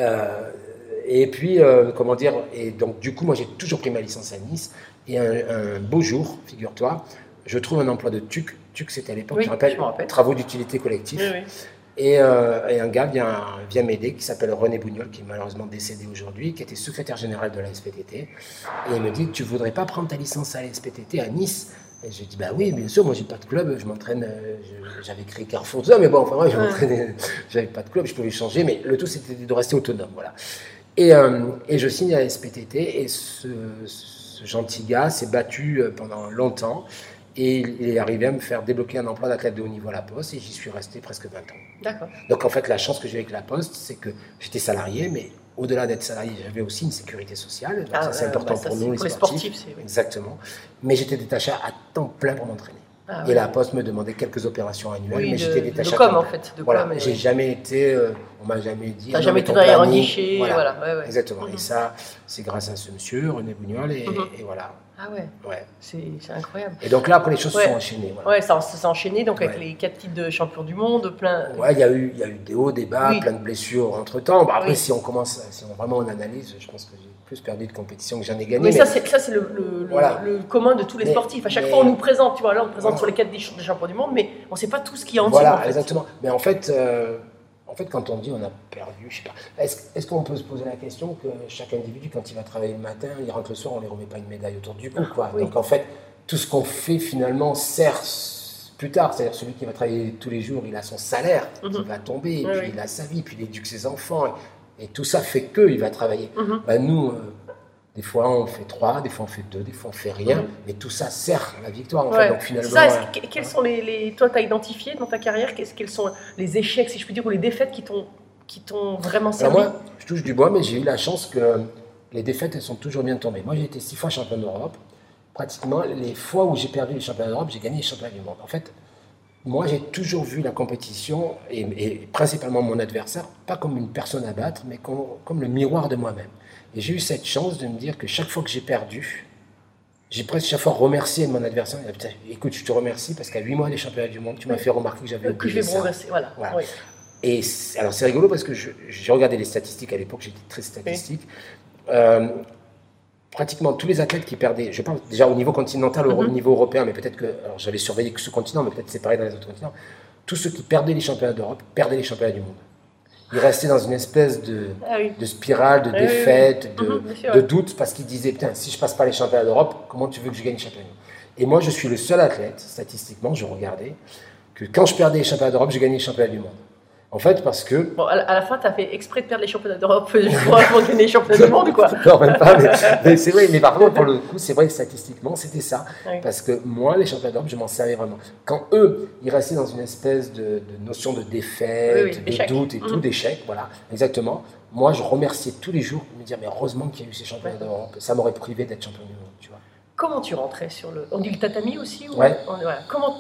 Speaker 4: et puis, comment dire, et donc du coup, moi j'ai toujours pris ma licence à Nice. Et un beau jour, figure-toi, je trouve un emploi de TUC. TUC, c'était à l'époque, je rappelle, travaux d'utilité collective. Et un gars vient m'aider qui s'appelle René Bougnol, qui est malheureusement décédé aujourd'hui, qui était secrétaire général de la SPTT. Et il me dit, tu ne voudrais pas prendre ta licence à la SPTT à Nice? Et j'ai dit, bah oui, bien sûr, moi j'ai pas de club, je m'entraîne, j'avais créé Carrefour, tout ça, mais bon, enfin, moi, je m'entraînais, j'avais pas de club, je pouvais changer, mais le tout c'était de rester autonome, voilà. Et je signe à la SPTT, et ce gentil gars s'est battu pendant longtemps. Et il est arrivé à me faire débloquer un emploi d'athlète de haut niveau à la Poste et j'y suis resté presque 20 ans.
Speaker 3: D'accord.
Speaker 4: Donc en fait, la chance que j'ai avec la Poste, c'est que j'étais salarié, mais au-delà d'être salarié, j'avais aussi une sécurité sociale. Donc c'est important pour nous, les sportifs. Exactement. Mais j'étais détaché à temps plein pour m'entraîner. Et la Poste me demandait quelques opérations annuelles, mais j'étais détaché à temps plein.
Speaker 3: En fait.
Speaker 4: Voilà, j'ai jamais été, on m'a jamais dit.
Speaker 3: T'as jamais été derrière un guichet, voilà.
Speaker 4: Exactement. Et ça, c'est grâce à ce monsieur, René Bougnol, et voilà.
Speaker 3: Ah ouais. C'est incroyable.
Speaker 4: Et donc là, après, les choses se sont enchaînées.
Speaker 3: Voilà. Ouais, ça s'est enchaîné, donc avec les 4 titres de champion du monde, plein...
Speaker 4: Ouais, il y a eu des hauts, des bas, plein de blessures entre-temps. Bah, après, si on vraiment analyse, je pense que j'ai plus perdu de compétition que j'en ai gagné.
Speaker 3: Mais ça, c'est le commun de tous les sportifs. À chaque fois, on nous présente, tu vois, là, on présente sur les 4 des champions du monde, mais on ne sait pas tout ce qu'il y a en dessous.
Speaker 4: Voilà, exactement. Mais en fait, quand on dit on a perdu, je sais pas, est-ce qu'on peut se poser la question que chaque individu, quand il va travailler le matin, il rentre le soir, on ne lui remet pas une médaille autour du cou, quoi. Donc en fait, tout ce qu'on fait finalement sert plus tard. C'est-à-dire celui qui va travailler tous les jours, il a son salaire qui va tomber, et puis il a sa vie, puis il éduque ses enfants, et tout ça fait qu'il va travailler. Nous, des fois on fait 3, des fois on fait 2, des fois on fait rien, mais tout ça sert à la victoire. En fait. Donc finalement,
Speaker 3: quels sont toi, tu as identifié dans ta carrière, quels sont les échecs, si je puis dire, ou les défaites qui t'ont qui t'ont vraiment servi?
Speaker 4: Alors moi, je touche du bois, mais j'ai eu la chance que les défaites, elles sont toujours bien tombées. Moi, j'ai été 6 fois champion d'Europe. Pratiquement, les fois où j'ai perdu les championnats d'Europe, j'ai gagné les championnats du monde. En fait, moi, j'ai toujours vu la compétition, et principalement mon adversaire, pas comme une personne à battre, mais comme le miroir de moi-même. Et j'ai eu cette chance de me dire que chaque fois que j'ai perdu, j'ai presque chaque fois remercié mon adversaire. Écoute, je te remercie parce qu'à 8 mois des championnats du monde, tu m'as fait remarquer que j'avais oublié ça.
Speaker 3: Voilà. Oui.
Speaker 4: Et alors c'est rigolo parce que j'ai regardé les statistiques à l'époque, j'étais très statistique. Pratiquement tous les athlètes qui perdaient, je parle déjà au niveau continental, au niveau européen, mais peut-être que, alors j'avais surveillé que ce continent, mais peut-être c'est pareil dans les autres continents, tous ceux qui perdaient les championnats d'Europe perdaient les championnats du monde. Ils restaient dans une espèce de spirale, de défaite, de doute, parce qu'ils disaient, putain, si je passe pas les championnats d'Europe, comment tu veux que je gagne les championnats du monde? Et moi, je suis le seul athlète, statistiquement, je regardais, que quand je perdais les championnats d'Europe, je gagnais les championnats du monde. En fait, parce que...
Speaker 3: Bon, à la fin, tu as fait exprès de perdre les championnats d'Europe pour gagner les championnats du monde, quoi.
Speaker 4: Non, même pas, mais c'est vrai. Mais par contre, pour le coup, c'est vrai que statistiquement, c'était ça. Oui. Parce que moi, les championnats d'Europe, je m'en servais vraiment. Quand eux, ils restaient dans une espèce de notion de défaite, de doute et tout, d'échec, voilà, exactement. Moi, je remerciais tous les jours de me dire, mais heureusement qu'il y a eu ces championnats d'Europe. Ça m'aurait privé d'être champion du monde, tu vois.
Speaker 3: Comment tu rentrais sur le... On dit le tatami aussi ou...
Speaker 4: Ouais.
Speaker 3: Voilà. Comment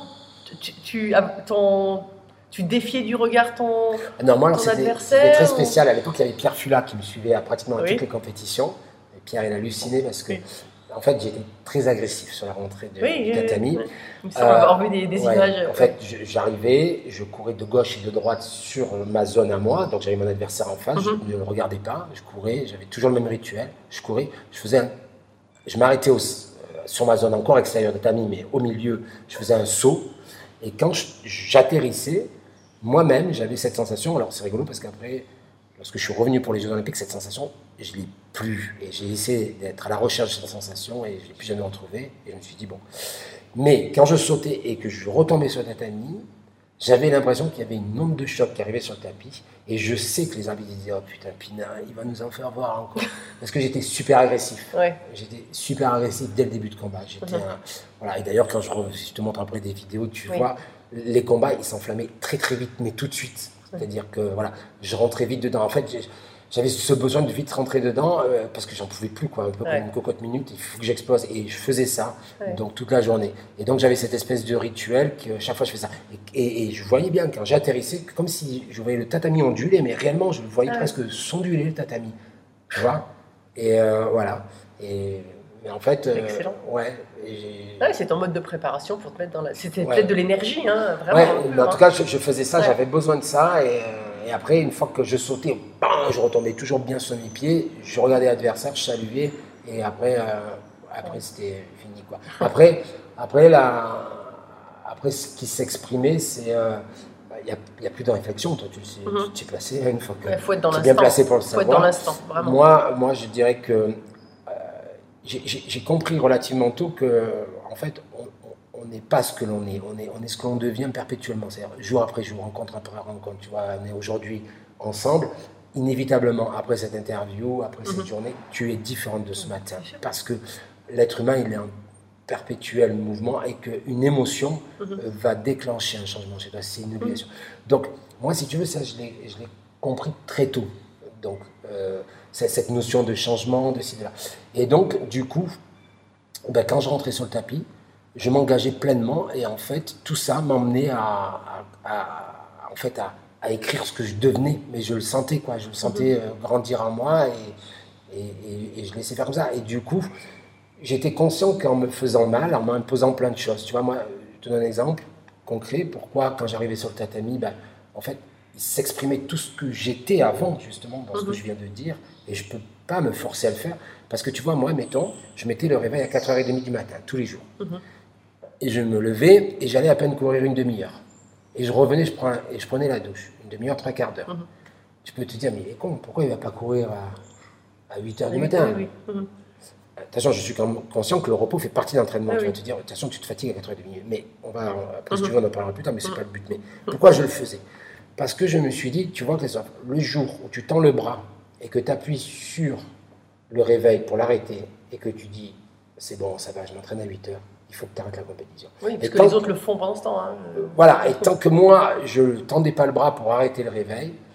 Speaker 3: tu défiais du regard ton adversaire?
Speaker 4: C'était très spécial. À l'époque, il y avait Pierre Fula qui me suivait pratiquement à toutes les compétitions. Et Pierre, il a halluciné parce que, en fait, j'étais très agressif sur la rentrée du tatami.
Speaker 3: Il me semble avoir vu des images.
Speaker 4: En fait, j'arrivais, je courais de gauche et de droite sur ma zone à moi. Donc, j'avais mon adversaire en face. Je ne le regardais pas. Je courais. J'avais toujours le même rituel. Je courais. Je m'arrêtais sur ma zone encore extérieure de tatami, mais au milieu, je faisais un saut. Et quand j'atterrissais, moi-même, j'avais cette sensation. Alors, c'est rigolo parce qu'après, lorsque je suis revenu pour les Jeux Olympiques, cette sensation, je ne l'ai plus. Et j'ai essayé d'être à la recherche de cette sensation et je ne l'ai plus jamais retrouvée. Et je me suis dit, bon. Mais quand je sautais et que je retombais sur le tatami, j'avais l'impression qu'il y avait une onde de choc qui arrivait sur le tapis. Et je sais que les arbitres disaient, oh putain, Pina, il va nous en faire voir encore. Parce que j'étais super agressif. Ouais. J'étais super agressif dès le début de combat. Voilà. Et d'ailleurs, quand je te montre après des vidéos, tu vois, les combats, ils s'enflammaient très très vite, mais tout de suite. C'est-à-dire que voilà, je rentrais vite dedans. En fait, j'avais ce besoin de vite rentrer dedans parce que j'en pouvais plus, quoi. Un peu comme une cocotte minute, il faut que j'explose. Et je faisais ça, donc toute la journée. Et donc j'avais cette espèce de rituel que chaque fois je faisais ça. Et je voyais bien quand j'atterrissais, comme si je voyais le tatami onduler, mais réellement je le voyais presque s'onduler le tatami. Tu vois? Et voilà. Mais en fait,
Speaker 3: excellent. C'est ton mode de préparation pour te mettre dans la... C'était peut-être de l'énergie, hein,
Speaker 4: vraiment. Mais en tout cas, je faisais ça, j'avais besoin de ça. Et après, une fois que je sautais, bam, je retombais toujours bien sur mes pieds. Je regardais l'adversaire, je saluais. Et après c'était fini, quoi. Après, ce qui s'exprimait, c'est... Il n'y a plus de réflexion, toi, tu le sais. Tu t'es placé une fois que
Speaker 3: faut être dans
Speaker 4: tu es bien placé pour le
Speaker 3: savoir.
Speaker 4: Faut être
Speaker 3: dans l'instant, vraiment.
Speaker 4: Moi, je dirais que... J'ai compris relativement tôt que, en fait, on n'est pas ce que l'on est. On est ce que l'on devient perpétuellement. C'est-à-dire, jour après jour, rencontre après rencontre. Tu vois, on est aujourd'hui ensemble. Inévitablement, après cette interview, après cette journée, tu es différente de ce matin. Parce que l'être humain, il est en perpétuel mouvement et qu'une émotion va déclencher un changement chez toi. C'est une obligation. Donc, moi, si tu veux, ça, je l'ai compris très tôt. Donc, cette notion de changement, de ci, de là. Et donc, du coup, quand je rentrais sur le tapis, je m'engageais pleinement et en fait, tout ça m'emmenait à écrire ce que je devenais. Mais je le sentais, quoi. Je le sentais grandir en moi et je laissais faire comme ça. Et du coup, j'étais conscient qu'en me faisant mal, en m'imposant plein de choses. Tu vois, moi, je te donne un exemple concret. Pourquoi, quand j'arrivais sur le tatami, en fait, il s'exprimait tout ce que j'étais avant, justement, dans ce que je viens de dire, et je ne peux pas me forcer à le faire, parce que tu vois, moi, mettons, je mettais le réveil à 4h30 du matin, tous les jours. Et je me levais, et j'allais à peine courir une demi-heure. Et je revenais, je prenais la douche, une demi-heure, 3/4 d'heure. Tu peux te dire, mais il est con, pourquoi il ne va pas courir à 8h du matin? Attention, je suis conscient que le repos fait partie de l'entraînement. Tu vas te dire, attention, tu te fatigues à 4h30. Mais après, si tu veux, on en parlera plus tard, mais ce n'est pas le but. Mais pourquoi je le faisais? Parce que je me suis dit, tu vois, le jour où tu tends le bras et que tu appuies sur le réveil pour l'arrêter et que tu dis, c'est bon, ça va, je m'entraîne à 8h, il faut que tu arrêtes la compétition.
Speaker 3: Oui, parce que les autres le font pendant ce temps. Hein.
Speaker 4: Voilà, et tant que moi, je ne tendais pas le bras pour arrêter le réveil,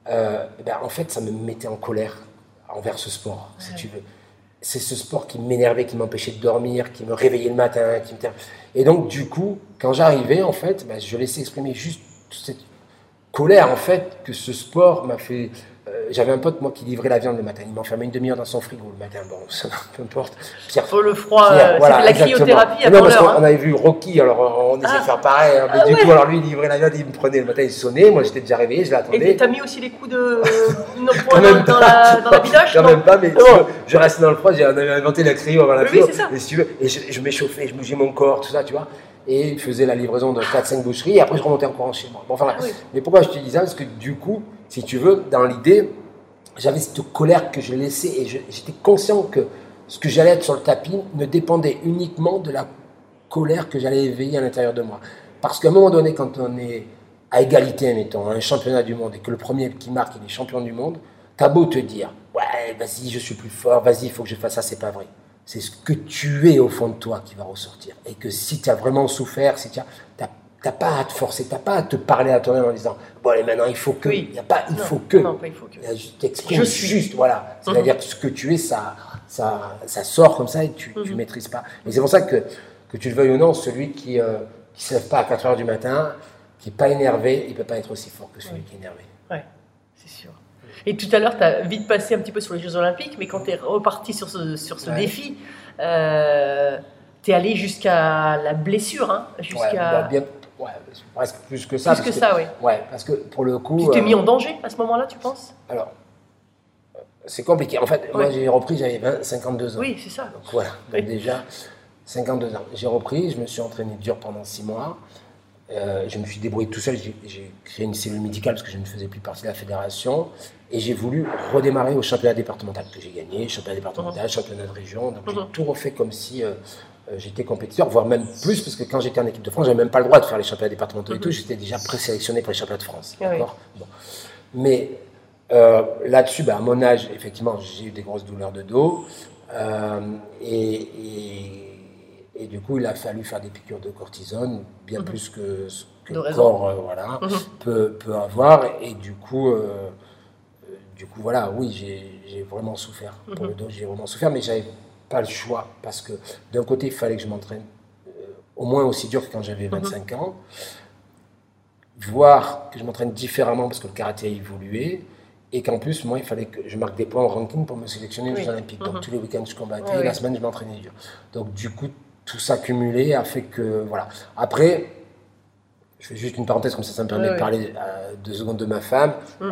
Speaker 4: en fait, ça me mettait en colère envers ce sport, si tu veux. C'est ce sport qui m'énervait, qui m'empêchait de dormir, qui me réveillait le matin. Et donc, du coup, quand j'arrivais, en fait, je laissais exprimer juste cette colère, en fait, que ce sport m'a fait... j'avais un pote, moi, qui livrait la viande le matin. Il m'enfermait une demi-heure dans son frigo le matin. Bon, ça, peu importe.
Speaker 3: Pour le froid, voilà, la cryothérapie à
Speaker 4: non, parce qu'on avait vu Rocky, alors on essayait de faire pareil. Hein, mais du coup, alors lui, il livrait la viande, il me prenait le matin, il sonnait. Moi, j'étais déjà réveillé, je l'attendais.
Speaker 3: Et t'as mis aussi les coups de dans la bidoche?
Speaker 4: Quand même pas, mais je restais dans le froid. On avait inventé la cryo avant la cryo. Et si tu veux, et je m'échauffais, je bougeais mon corps, tout ça, tu vois. Et il faisait la livraison de 4-5 boucheries. Et après, je remontais encore chez moi. Bon, enfin, mais pourquoi je te dis ça? Parce que du coup, si tu veux, dans l'idée, j'avais cette colère que je laissais et j'étais conscient que ce que j'allais être sur le tapis ne dépendait uniquement de la colère que j'allais éveiller à l'intérieur de moi. Parce qu'à un moment donné, quand on est à égalité, mettons, à un championnat du monde et que le premier qui marque, il est champion du monde, t'as beau te dire, ouais, vas-y, je suis plus fort, vas-y, il faut que je fasse ça, c'est pas vrai. C'est ce que tu es au fond de toi qui va ressortir. Et que si tu as vraiment souffert, si tu t'as pas à te forcer, t'as pas à te parler à toi-même en disant bon allez maintenant il faut que, il n'y a pas il faut que,
Speaker 3: non, pas il faut que.
Speaker 4: Je t'exprime juste, voilà, c'est-à-dire que ce que tu es, ça sort comme ça et tu maîtrises pas. Et c'est pour ça que tu le veuilles ou non, celui qui se lève pas à 4h du matin, qui est pas énervé, il peut pas être aussi fort que celui qui est énervé.
Speaker 3: Ouais, c'est sûr. Et tout à l'heure, tu as vite passé un petit peu sur les Jeux Olympiques, mais quand tu es reparti sur ce défi, tu es allé jusqu'à la blessure, hein, jusqu'à...
Speaker 4: Ouais, presque plus que ça.
Speaker 3: Plus que ça, oui.
Speaker 4: Ouais, parce que pour le coup...
Speaker 3: Tu t'es mis en danger à ce moment-là, tu penses?
Speaker 4: Alors, c'est compliqué. En fait, moi j'ai repris, j'avais 52 ans.
Speaker 3: Oui, c'est ça.
Speaker 4: Donc voilà, donc déjà 52 ans. J'ai repris, je me suis entraîné dur pendant 6 mois. Je me suis débrouillé tout seul, j'ai créé une cellule médicale parce que je ne faisais plus partie de la fédération. Et j'ai voulu redémarrer au championnat départemental que j'ai gagné, championnat départemental, championnat de région. Donc j'ai tout refait comme si... j'étais compétiteur, voire même plus, parce que quand j'étais en équipe de France, j'avais même pas le droit de faire les championnats départementaux et tout, j'étais déjà présélectionné pour les championnats de France. D'accord. Bon. Mais là-dessus, à mon âge, effectivement, j'ai eu des grosses douleurs de dos, et du coup, il a fallu faire des piqûres de cortisone, bien plus que ce que le corps peut avoir, et du coup, voilà, oui, j'ai vraiment souffert. Pour le dos, j'ai vraiment souffert, mais j'avais pas le choix, parce que d'un côté, il fallait que je m'entraîne au moins aussi dur que quand j'avais 25 ans, voire que je m'entraîne différemment parce que le karaté a évolué, et qu'en plus, moi, il fallait que je marque des points au ranking pour me sélectionner aux Jeux Olympiques. Donc tous les week-ends, je combattais, et la semaine, je m'entraînais dur. Donc du coup, tout ça cumulé a fait que, voilà. Après, je fais juste une parenthèse, comme ça me permet de parler 2 secondes de ma femme.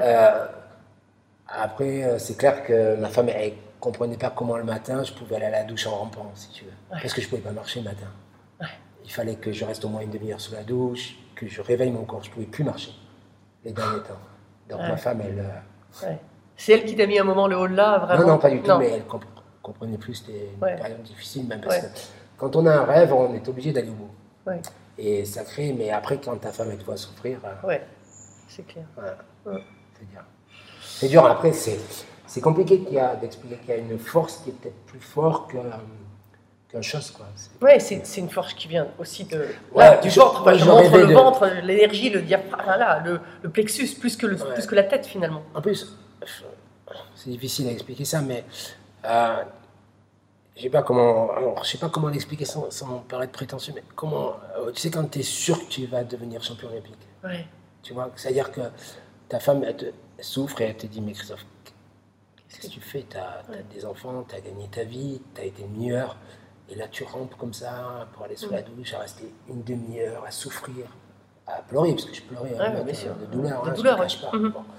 Speaker 4: Après, c'est clair que ma femme, elle comprenait pas comment le matin je pouvais aller à la douche en rampant, si tu veux. Parce que je pouvais pas marcher le matin. Il fallait que je reste au moins une demi-heure sous la douche, que je réveille mon corps. Je pouvais plus marcher les derniers temps. Donc ma femme, elle...
Speaker 3: C'est elle qui t'a mis un moment le haut de là, vraiment?
Speaker 4: Non, pas du tout, mais elle comprenait plus. C'était une période difficile, même parce que quand on a un rêve, on est obligé d'aller au bout. Et ça crée, mais après, quand ta femme, elle te voit souffrir...
Speaker 3: c'est clair.
Speaker 4: C'est dur. C'est dur, après, c'est compliqué d'expliquer qu'il y a une force qui est peut-être plus forte qu'une chose, quoi.
Speaker 3: C'est une force qui vient aussi du ventre, le ventre, l'énergie, le diaphragme, le plexus, plus que la tête, finalement.
Speaker 4: En plus, c'est difficile à expliquer ça, mais je sais pas comment l'expliquer sans paraître prétentieux, mais comment, tu sais, quand tu es sûr que tu vas devenir champion olympique, tu vois, c'est-à-dire que ta femme, elle souffre et elle te dit, mais Christophe, qu'est-ce que tu fais? Tu as des enfants, tu as gagné ta vie, tu as été le meilleur, et là tu rampes comme ça pour aller sous la douche, à rester une demi-heure, à souffrir, à pleurer, parce que je pleurais de douleur, je ne cache pas.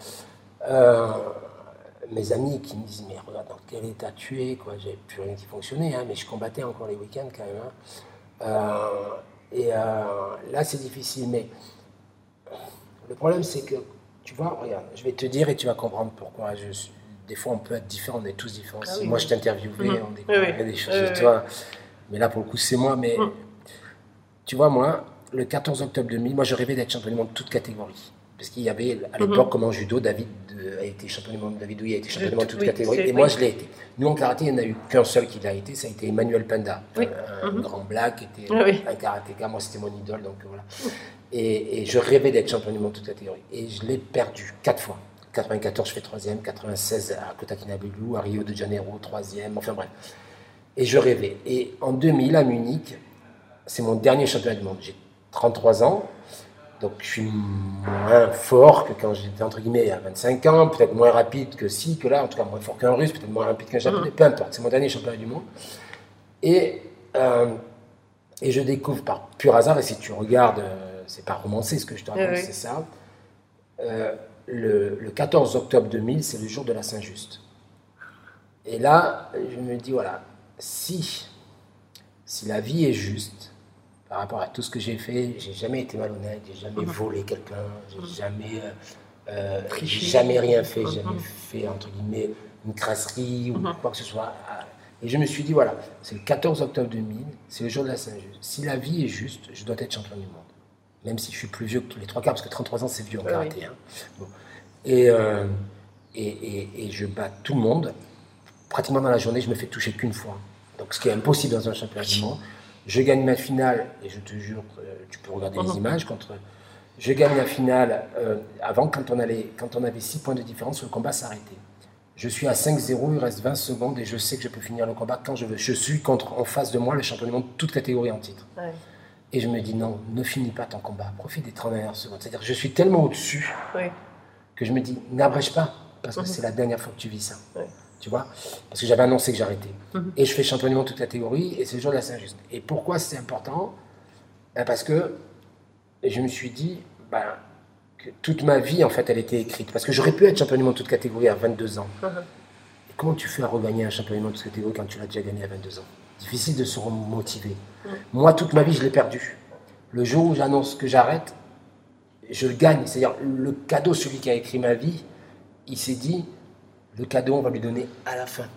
Speaker 4: Mes amis qui me disent, mais regarde dans quel état tu es, quoi. J'avais plus rien qui fonctionnait, mais je combattais encore les week-ends quand même. Là c'est difficile, mais le problème c'est que, tu vois, regarde, je vais te dire et tu vas comprendre pourquoi des fois on peut être différents, on est tous différents. Moi je t'interviewais, on découvrait des choses de toi, mais là pour le coup c'est moi, mais tu vois, moi, le 14 octobre 2000, moi je rêvais d'être champion du monde de toute catégorie. Parce qu'il y avait à l'époque, comme en judo, David a été champion du monde, David Douillet a été champion du monde de toute catégorie, et moi je l'ai été. Nous en karaté, il n'y en a eu qu'un seul qui l'a été, ça a été Emmanuel Penda, un grand black, qui était un karatéka, moi c'était mon idole, donc voilà. Et je rêvais d'être champion du monde de toute catégorie. Et je l'ai perdu 4 fois. 94, je fais 3e, 96 à Kota Kinabalu, à Rio de Janeiro, 3e, enfin bref. Et je rêvais. Et en 2000, à Munich, c'est mon dernier championnat du monde. J'ai 33 ans, donc je suis moins fort que quand j'étais, entre guillemets, à 25 ans, peut-être moins rapide que là, en tout cas moins fort qu'un Russe, peut-être moins rapide qu'un Japonais, peu importe, c'est mon dernier championnat du monde. Et je découvre par pur hasard, et si tu regardes, c'est pas romancé ce que je te raconte, c'est ça, le 14 octobre 2000, c'est le jour de la Saint-Just. Et là, je me dis, voilà, si la vie est juste, par rapport à tout ce que j'ai fait, j'ai jamais été malhonnête, j'ai jamais volé quelqu'un, j'ai jamais rien fait, jamais fait, entre guillemets, une crasserie ou quoi que ce soit. Et je me suis dit, voilà, c'est le 14 octobre 2000, c'est le jour de la Saint-Just. Si la vie est juste, je dois être champion du monde. Même si je suis plus vieux que tous les 3 quarts, parce que 33 ans, c'est vieux en karaté. Hein. Bon. Et je bats tout le monde. Pratiquement dans la journée, je me fais toucher qu'une fois. Donc, ce qui est impossible dans un championnat du monde. Je gagne ma finale, et je te jure, tu peux regarder les images, je gagne la finale avant, quand on avait 6 points de différence, le combat s'arrêtait. Je suis à 5-0, il reste 20 secondes, et je sais que je peux finir le combat quand je veux. Je suis en face de moi le champion du monde, toute catégorie en titre. Ouais. Et je me dis, non, ne finis pas ton combat, profite des 30 dernières secondes. C'est-à-dire que je suis tellement au-dessus que je me dis, n'abrège pas, parce que c'est la dernière fois que tu vis ça. Ouais. Tu vois, parce que j'avais annoncé que j'arrêtais. Et je fais champion du monde toute catégorie, et c'est le jour de la Saint-Just. Et pourquoi c'est important? Parce que je me suis dit que toute ma vie, en fait, elle était écrite. Parce que j'aurais pu être champion du monde toute catégorie à 22 ans. Et comment tu fais à regagner un champion du monde toute catégorie quand tu l'as déjà gagné à 22 ans? Difficile de se remotiver. Moi, toute ma vie, je l'ai perdu. Le jour où j'annonce que j'arrête, je le gagne. C'est-à-dire, le cadeau, celui qui a écrit ma vie, il s'est dit, le cadeau, on va lui donner à la fin.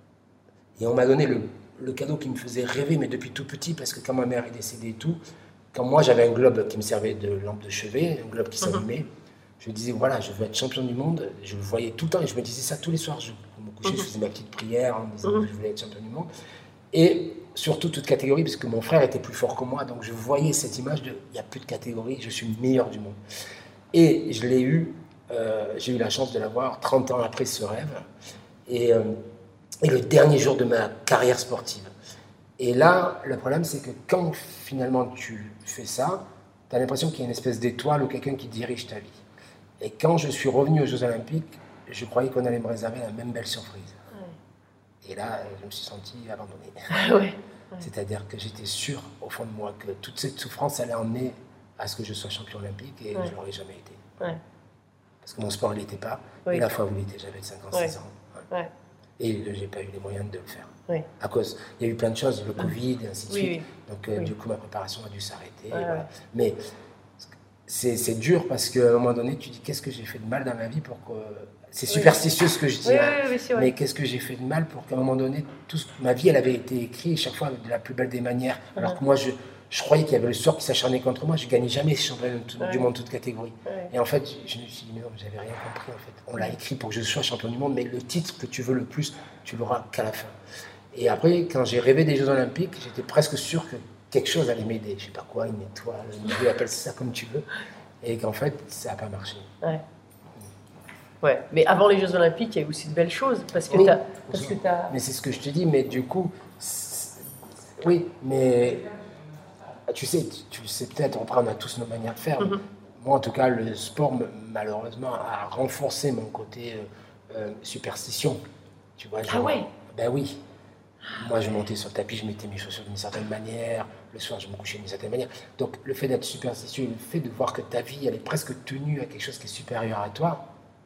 Speaker 4: Et on m'a donné le cadeau qui me faisait rêver, mais depuis tout petit, parce que quand ma mère est décédée et tout, quand moi j'avais un globe qui me servait de lampe de chevet, un globe qui s'allumait, je disais, voilà, je veux être champion du monde. Je le voyais tout le temps et je me disais ça tous les soirs. Je me couchais, je faisais ma petite prière en me disant que je voulais être champion du monde. Et surtout toute catégorie, parce que mon frère était plus fort que moi, donc je voyais cette image de, il n'y a plus de catégorie, je suis le meilleur du monde. Et je l'ai eu. J'ai eu la chance de l'avoir 30 ans après ce rêve et le dernier jour de ma carrière sportive. Et là, le problème, c'est que quand finalement tu fais ça, tu as l'impression qu'il y a une espèce d'étoile ou quelqu'un qui dirige ta vie. Et quand je suis revenu aux Jeux Olympiques, je croyais qu'on allait me réserver la même belle surprise. Ouais. Et là, je me suis senti abandonné. Ouais. C'est-à-dire que j'étais sûr, au fond de moi, que toute cette souffrance allait emmener à ce que je sois champion olympique et je ne l'aurais jamais été. Ouais. Parce que mon sport, il n'était pas. Et la fois où il était, j'avais 56 ans. Ouais. Et je n'ai pas eu les moyens de le faire. Oui. À cause, il y a eu plein de choses, le Covid, et ainsi de suite. Donc, du coup, ma préparation a dû s'arrêter. Voilà. Mais c'est dur parce qu'à un moment donné, tu dis qu'est-ce que j'ai fait de mal dans ma vie pour que. C'est superstitieux ce que je dis, mais qu'est-ce que j'ai fait de mal pour qu'à un moment donné, ma vie, elle avait été écrite chaque fois de la plus belle des manières. Alors que moi, je croyais qu'il y avait le sort qui s'acharnait contre moi. Je ne gagnais jamais ce championnat du monde toute catégorie. Et en fait, je me suis dit, mais non, j'avais rien compris. En fait. On l'a écrit pour que je sois champion du monde, mais le titre que tu veux le plus, tu l'auras qu'à la fin. Et après, quand j'ai rêvé des Jeux Olympiques, j'étais presque sûr que quelque chose allait m'aider. Je ne sais pas quoi, une étoile, appelle ça comme tu veux. Et qu'en fait, ça n'a pas marché.
Speaker 3: Ouais, mais avant les Jeux Olympiques, il y a eu aussi de belles choses. Parce que
Speaker 4: Mais c'est ce que je te dis, mais du coup, oui, mais tu sais peut-être, on a tous nos manières de faire. Moi, en tout cas, le sport, malheureusement, a renforcé mon côté superstition. Tu vois, ben oui. Moi, je montais sur le tapis, je mettais mes chaussures d'une certaine manière. Le soir, je me couchais d'une certaine manière. Donc, le fait d'être superstitieux, le fait de voir que ta vie, elle est presque tenue à quelque chose qui est supérieur à toi,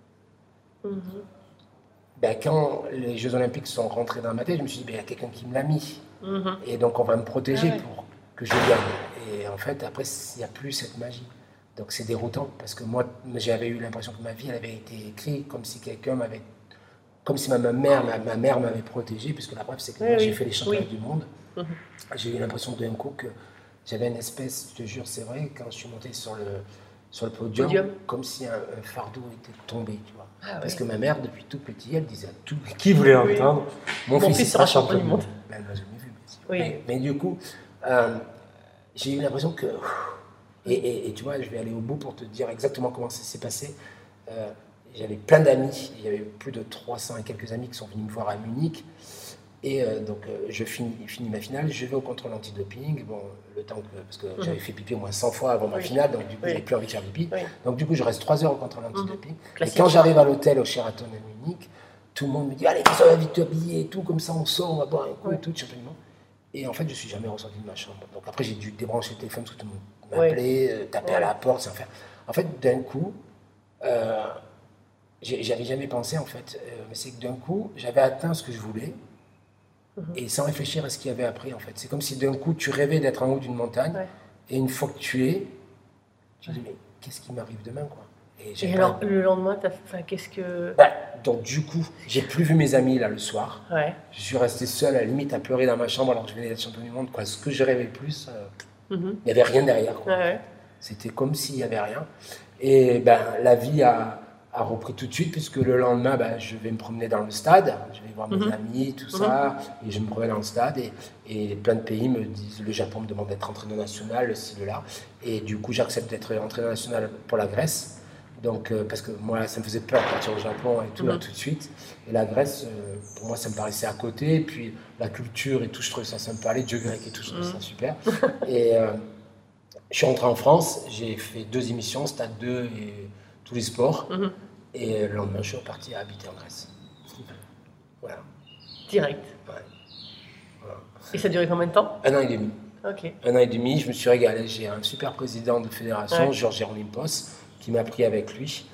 Speaker 4: ben, quand les Jeux Olympiques sont rentrés dans ma tête, je me suis dit, ben, il y a quelqu'un qui me l'a mis. Et donc, on va me protéger pour que je gagne. Et en fait, après, il n'y a plus cette magie. Donc, c'est déroutant parce que moi, j'avais eu l'impression que ma vie, elle avait été écrite comme si quelqu'un m'avait... Comme si ma mère m'avait protégé, puisque la preuve, c'est que j'ai fait les championnats du monde. J'ai eu l'impression d'un coup que j'avais une espèce, je te jure, c'est vrai, quand je suis monté sur le podium, comme si un fardeau était tombé, tu vois. Parce que ma mère, depuis tout petit, elle disait à tout qui voulait l'entendre, mon fils sera champion du monde. Ben, elle m'a jamais vu, bien sûr. Mais du coup, j'ai eu l'impression que... Et tu vois, je vais aller au bout pour te dire exactement comment ça s'est passé. j'avais plein d'amis. Il y avait plus de 300 et quelques amis qui sont venus me voir à Munich. Et donc, je finis ma finale, je vais au contrôle antidoping. Bon, le temps parce que j'avais fait pipi au moins 100 fois avant ma finale, donc du coup, j'avais plus envie de faire pipi. Donc, du coup, je reste 3 heures au contrôle antidoping. Et quand j'arrive à l'hôtel au Sheraton à Munich, tout le monde me dit allez, on va vite t'habiller et tout, comme ça on sort, on va boire un coup et tout, championnat. Et en fait, je suis jamais ressorti de ma chambre. Donc après, j'ai dû débrancher le téléphone parce que tout le monde m'appelait, taper à la porte, sans faire. En fait, d'un coup, j'avais jamais pensé en fait, mais c'est que d'un coup, j'avais atteint ce que je voulais. Et sans réfléchir à ce qu'il y avait après, en fait. C'est comme si d'un coup, tu rêvais d'être en haut d'une montagne, et une fois que tu es, tu te dis, mais qu'est-ce qui m'arrive demain, quoi.
Speaker 3: Et alors, le lendemain, qu'est-ce que...
Speaker 4: Donc, du coup, j'ai plus vu mes amis, là, le soir. Je suis resté seul, à la limite, à pleurer dans ma chambre, alors que je venais d'être champion du monde, quoi. Ce que je rêvais le plus, il n'y avait rien derrière, quoi. C'était comme s'il n'y avait rien. Et la vie a repris tout de suite, puisque le lendemain, je vais me promener dans le stade, je vais voir mes amis, tout ça, et je me promène dans le stade, et plein de pays me disent, le Japon me demande d'être entraîneur national, le ci, le là, et du coup, j'accepte d'être entraîneur national pour la Grèce, donc, parce que moi, ça me faisait peur de partir au Japon et tout, là, tout de suite, et la Grèce, pour moi, ça me paraissait à côté, et puis la culture et tout, je trouvais ça sympa, les dieux grecs et tout, je trouvais ça super, et je suis rentré en France, j'ai fait 2 émissions, Stade 2 et tous les sports. Et le lendemain, je suis reparti à habiter en Grèce. Voilà.
Speaker 3: Direct.
Speaker 4: Ouais. Voilà.
Speaker 3: Et ça a duré combien de temps?
Speaker 4: 1 an et demi.
Speaker 3: Ok.
Speaker 4: 1 an et demi, je me suis régalé. J'ai un super président de fédération, Georges Olimpos, qui m'a pris avec lui.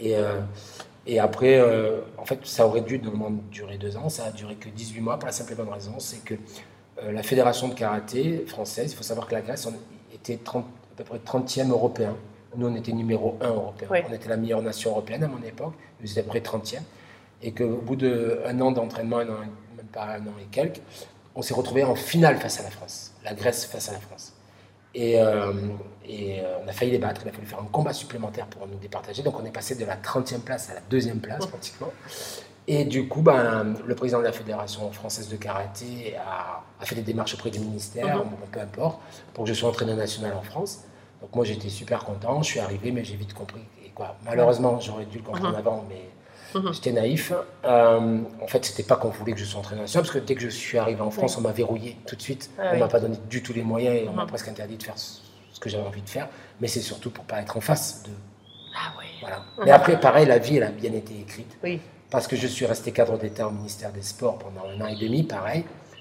Speaker 4: Et après, en fait, ça aurait dû normalement durer 2 ans. Ça a duré que 18 mois, pour la simple et bonne raison, c'est que la fédération de karaté française, il faut savoir que la Grèce était à peu près 30e européen. Nous, on était numéro 1 européen. On était la meilleure nation européenne à mon époque. Nous étions à peu près 30e. Et qu'au bout d'1 an d'entraînement, même pas 1 an et quelques, on s'est retrouvé en finale face à la France. La Grèce face à la France. Et on a failli les battre. Il a fallu faire un combat supplémentaire pour nous départager. Donc, on est passé de la 30e place à la 2e place, pratiquement. Et du coup, le président de la Fédération française de karaté a fait des démarches auprès du ministère, peu importe, pour que je sois entraîneur national en France. Donc moi j'étais super content, je suis arrivé, mais j'ai vite compris. Et quoi, malheureusement, j'aurais dû le comprendre avant, mais j'étais naïf. En fait, c'était pas qu'on voulait que je sois entraîneur national, parce que dès que je suis arrivé en France, on m'a verrouillé tout de suite. On m'a pas donné du tout les moyens et on m'a presque interdit de faire ce que j'avais envie de faire. Mais c'est surtout pour pas être en face de. Voilà. Mais après, pareil, la vie, elle a bien été écrite. Parce que je suis resté cadre d'État au ministère des Sports pendant 1 an et demi, pareil.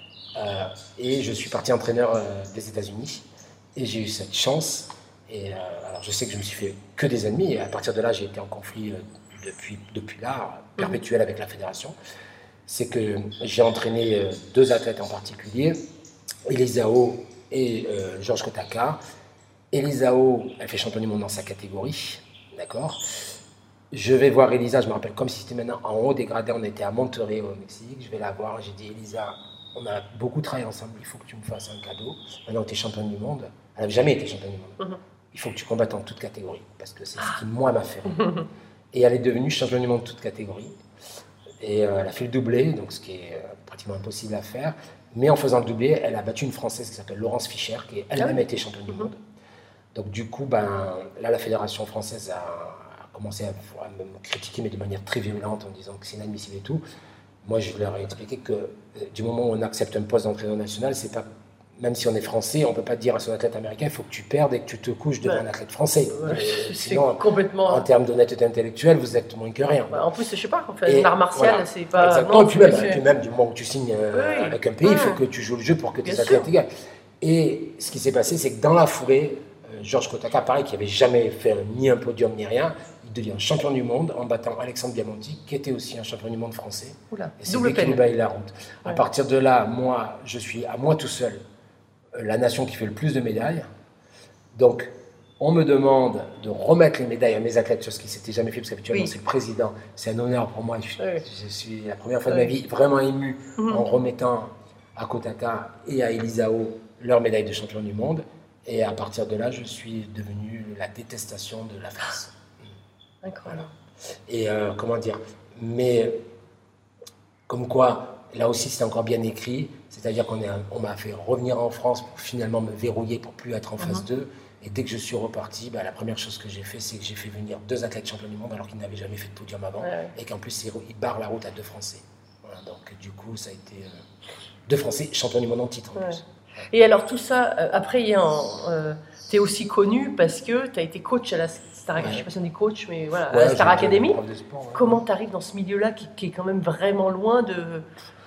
Speaker 4: Et je suis parti entraîneur des États-Unis. Et j'ai eu cette chance. Et alors je sais que je me suis fait que des ennemis. Et à partir de là, j'ai été en conflit depuis là, perpétuel avec la fédération. C'est que j'ai entraîné 2 athlètes en particulier, Elisao et Georges Kotaka. Elisao, elle fait championne du monde dans sa catégorie. D'accord. Je vais voir Elisa, je me rappelle comme si c'était maintenant en haut des gradés, on était à Monterrey au Mexique, je vais la voir, j'ai dit Elisa, on a beaucoup travaillé ensemble, il faut que tu me fasses un cadeau. Maintenant tu es championne du monde, elle n'avait jamais été championne du monde. Il faut que tu combattes en toute catégorie, parce que c'est ce qui moi m'a fait. Et elle est devenue championne du monde de toute catégorie. Et elle a fait le doublé, donc ce qui est pratiquement impossible à faire. Mais en faisant le doublé, elle a battu une Française qui s'appelle Laurence Fischer, qui elle-même a été championne du monde. Donc du coup, là la fédération française a commencé à me critiquer, mais de manière très violente, en disant que c'est inadmissible et tout. Moi, je leur ai expliqué que du moment où on accepte un poste d'entraîneur national, c'est pas, même si on est français, on ne peut pas dire à son athlète américain, il faut que tu perdes et que tu te couches devant un athlète français. Sinon,
Speaker 3: complètement...
Speaker 4: en termes d'honnêteté intellectuelle, vous êtes moins que rien.
Speaker 3: En plus, je sais pas, en fait, un art martial, c'est pas...
Speaker 4: Exactement, non, puis même du moment où tu signes avec un pays, il faut que tu joues le jeu pour que tes athlètes égalent. Et ce qui s'est passé, c'est que dans la foulée, Georges Kotaka, pareil, qui n'avait jamais fait ni un podium ni rien, il devient champion du monde en battant Alexandre Biamonti, qui était aussi un champion du monde français. Et c'est lui qui lui baille la route. À partir de là, moi, je suis à moi tout seul la nation qui fait le plus de médailles. Donc, on me demande de remettre les médailles à mes athlètes sur ce qui ne s'était jamais fait, parce qu'habituellement, c'est le président. C'est un honneur pour moi. Je suis la première fois de ma vie vraiment ému en remettant à Kotaka et à Elisao leur médaille de champion du monde. Et à partir de là, je suis devenu la détestation de la France.
Speaker 3: Incroyable.
Speaker 4: Voilà. Et comment dire, mais comme quoi, là aussi c'est encore bien écrit, C'est-à-dire qu'on m'a fait revenir en France pour finalement me verrouiller pour plus être en phase 2. Et dès que je suis reparti, la première chose que j'ai fait, c'est que j'ai fait venir 2 athlètes champions du monde alors qu'ils n'avaient jamais fait de podium avant. Et qu'en plus, ils barrent la route à 2 Français. Voilà, donc du coup, ça a été 2 Français champions du monde en titre en plus.
Speaker 3: Et alors tout ça, après, tu es aussi connu parce que tu as été coach à la Star Academy. Je ne sais pas si on dit coach, mais voilà, à la Star Academy. Comment tu arrives dans ce milieu-là qui est quand même vraiment loin de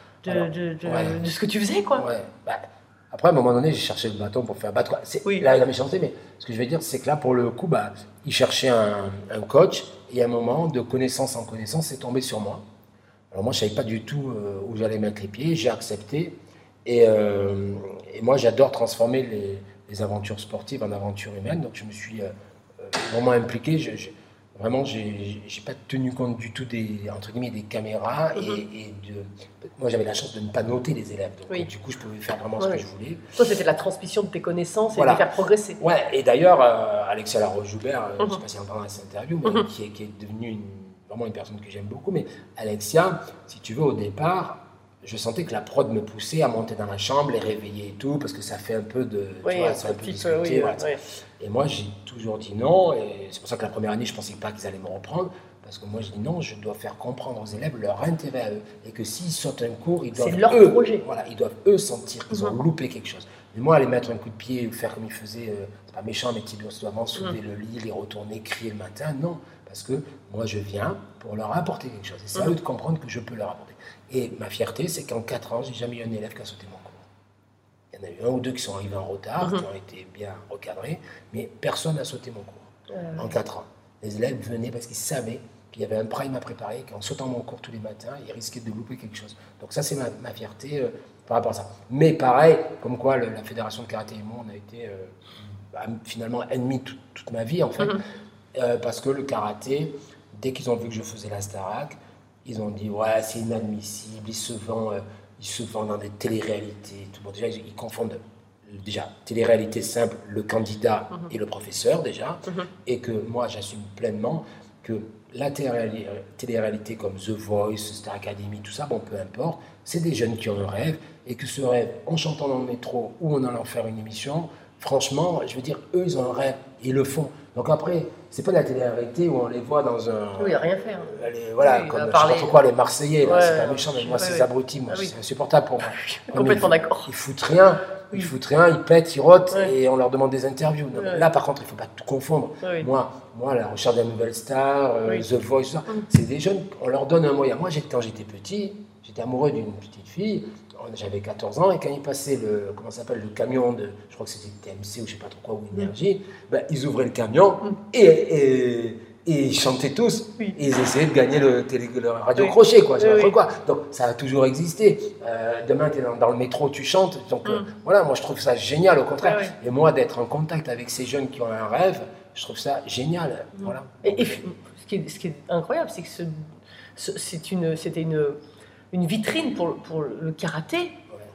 Speaker 3: ce que tu faisais, quoi.
Speaker 4: Après, à un moment donné, j'ai cherché le bâton pour faire battre. Là, la méchanceté, mais ce que je veux dire, c'est que là, pour le coup, il cherchait un coach, et à un moment, de connaissance en connaissance, c'est tombé sur moi. Alors moi, je ne savais pas du tout où j'allais mettre les pieds, j'ai accepté, et moi, j'adore transformer les aventures sportives en aventures humaines, donc je me suis vraiment impliqué. Vraiment, j'ai pas tenu compte du tout entre guillemets, des caméras moi j'avais la chance de ne pas noter les élèves, donc du coup je pouvais faire vraiment ce que je voulais.
Speaker 3: Toi c'était la transmission de tes connaissances et de les faire progresser.
Speaker 4: Ouais, et d'ailleurs Alexia Laroche-Joubert, je ne sais pas si on entendra cette interview, mais qui est devenue vraiment une personne que j'aime beaucoup, mais Alexia, si tu veux, au départ, je sentais que la prod me poussait à monter dans la chambre, les réveiller et tout, parce que ça fait un peu de... ça fait discuter, Et moi, j'ai toujours dit non, et c'est pour ça que la première année, je ne pensais pas qu'ils allaient me reprendre, parce que moi, je dis non, je dois faire comprendre aux élèves leur intérêt à eux, et que s'ils sautent un cours, ils doivent,
Speaker 3: c'est leur projet.
Speaker 4: Voilà, ils doivent eux sentir qu'ils ont loupé quelque chose. Mais moi, aller mettre un coup de pied, ou faire comme ils faisaient, c'est pas méchant, mais qu'ils doivent soulever le lit, les retourner, crier le matin, non. Parce que moi, je viens pour leur apporter quelque chose. Et c'est à eux de comprendre que je peux leur apporter. Et ma fierté, c'est qu'en 4 ans, j'ai jamais eu un élève qui a sauté mon cours. Il y en a eu 1 ou 2 qui sont arrivés en retard, qui ont été bien recadrés, mais personne n'a sauté mon cours en 4 ans. Les élèves venaient parce qu'ils savaient qu'il y avait un prime à préparer, qu'en sautant mon cours tous les matins, ils risquaient de louper quelque chose. Donc ça, c'est ma fierté par rapport à ça. Mais pareil, comme quoi la Fédération de Karaté et moi, on a été finalement ennemis toute ma vie, en fait. Parce que le karaté, dès qu'ils ont vu que je faisais la Starac, ils ont dit ouais, c'est inadmissible, il se vend dans des téléréalités. Tout. Bon, déjà, ils confondent télé-réalité simple, le candidat et le professeur déjà, et que moi j'assume pleinement que la télé-réalité comme The Voice, Star Academy, tout ça, bon, peu importe, c'est des jeunes qui ont un rêve, et que ce rêve, en chantant dans le métro ou en allant faire une émission, franchement, je veux dire, eux, ils ont un rêve, ils le font. Donc après, c'est pas de la télé-réalité où on les voit dans un...
Speaker 3: Oui, il n'y a rien faire.
Speaker 4: Voilà, comme, je sais pas pourquoi, les Marseillais, là, c'est pas méchant, mais moi, ces abrutis, moi, c'est insupportable pour moi.
Speaker 3: Complètement d'accord.
Speaker 4: Ils foutent rien, ils pètent, ils rotent, et on leur demande des interviews. Donc, là, par contre, il ne faut pas tout confondre. Moi, la recherche d'un nouvelle star, The Voice, tout ça, c'est des jeunes, on leur donne un moyen. Moi, quand j'étais petit, j'étais amoureux d'une petite fille, j'avais 14 ans, et quand ils passaient le camion de, je crois que c'était TMC ou je sais pas trop quoi, ou Énergie, ils ouvraient le camion et ils chantaient tous, et ils essayaient de gagner le radio crochet, quoi, quoi. Donc ça a toujours existé. Demain, tu es dans le métro, tu chantes, donc voilà, moi je trouve ça génial, au contraire. Et moi, d'être en contact avec ces jeunes qui ont un rêve, je trouve ça génial. Voilà.
Speaker 3: Et ce qui est incroyable, c'est que c'était une vitrine pour le karaté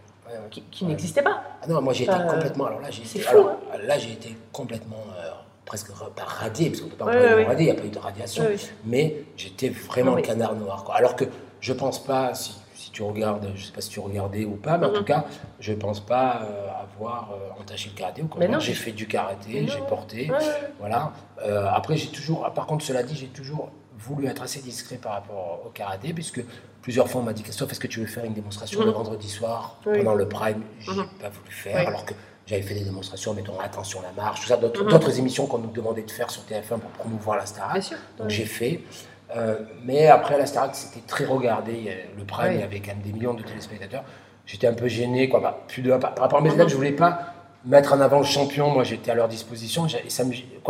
Speaker 3: qui n'existait pas.
Speaker 4: Ah non, moi j'ai été complètement. Alors là, j'ai été complètement presque pas radié, parce qu'on ne peut pas employer radié, il n'y a pas eu de radiation, mais j'étais vraiment canard noir, quoi. Alors que je ne pense pas, si tu regardes, je ne sais pas si tu regardais ou pas, mais en tout cas, je ne pense pas avoir entaché le karaté. Au contraire, j'ai fait du karaté, j'ai porté. Voilà. Après, par contre, cela dit, j'ai toujours voulu être assez discret par rapport au karaté, puisque plusieurs fois on m'a dit Christophe, est-ce que tu veux faire une démonstration le vendredi soir pendant le prime? J'ai pas voulu faire, alors que j'avais fait des démonstrations, mettons Attention la marche, tout ça, d'autres émissions qu'on nous demandait de faire sur TF1 pour promouvoir la Starac. Donc j'ai fait. Mais après la Starac, c'était très regardé. Le prime, il y avait quand même des millions de téléspectateurs. J'étais un peu gêné, quoi. Par rapport à mes élèves, je voulais pas mettre en avant le champion. Moi, j'étais à leur disposition. Et ça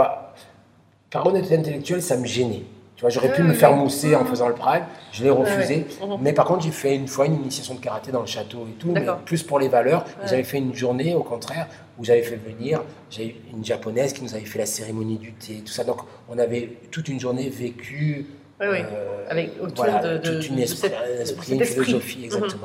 Speaker 4: par honnêteté intellectuelle, ça me gênait. J'aurais pu me faire mousser en faisant le prime, je l'ai refusé. Mais par contre, j'ai fait une fois une initiation de karaté dans le château et tout, mais plus pour les valeurs. J'avais fait une journée, au contraire, où j'avais fait venir une japonaise qui nous avait fait la cérémonie du thé, tout ça. Donc, on avait toute une journée vécue
Speaker 3: avec autour
Speaker 4: toute une philosophie, exactement.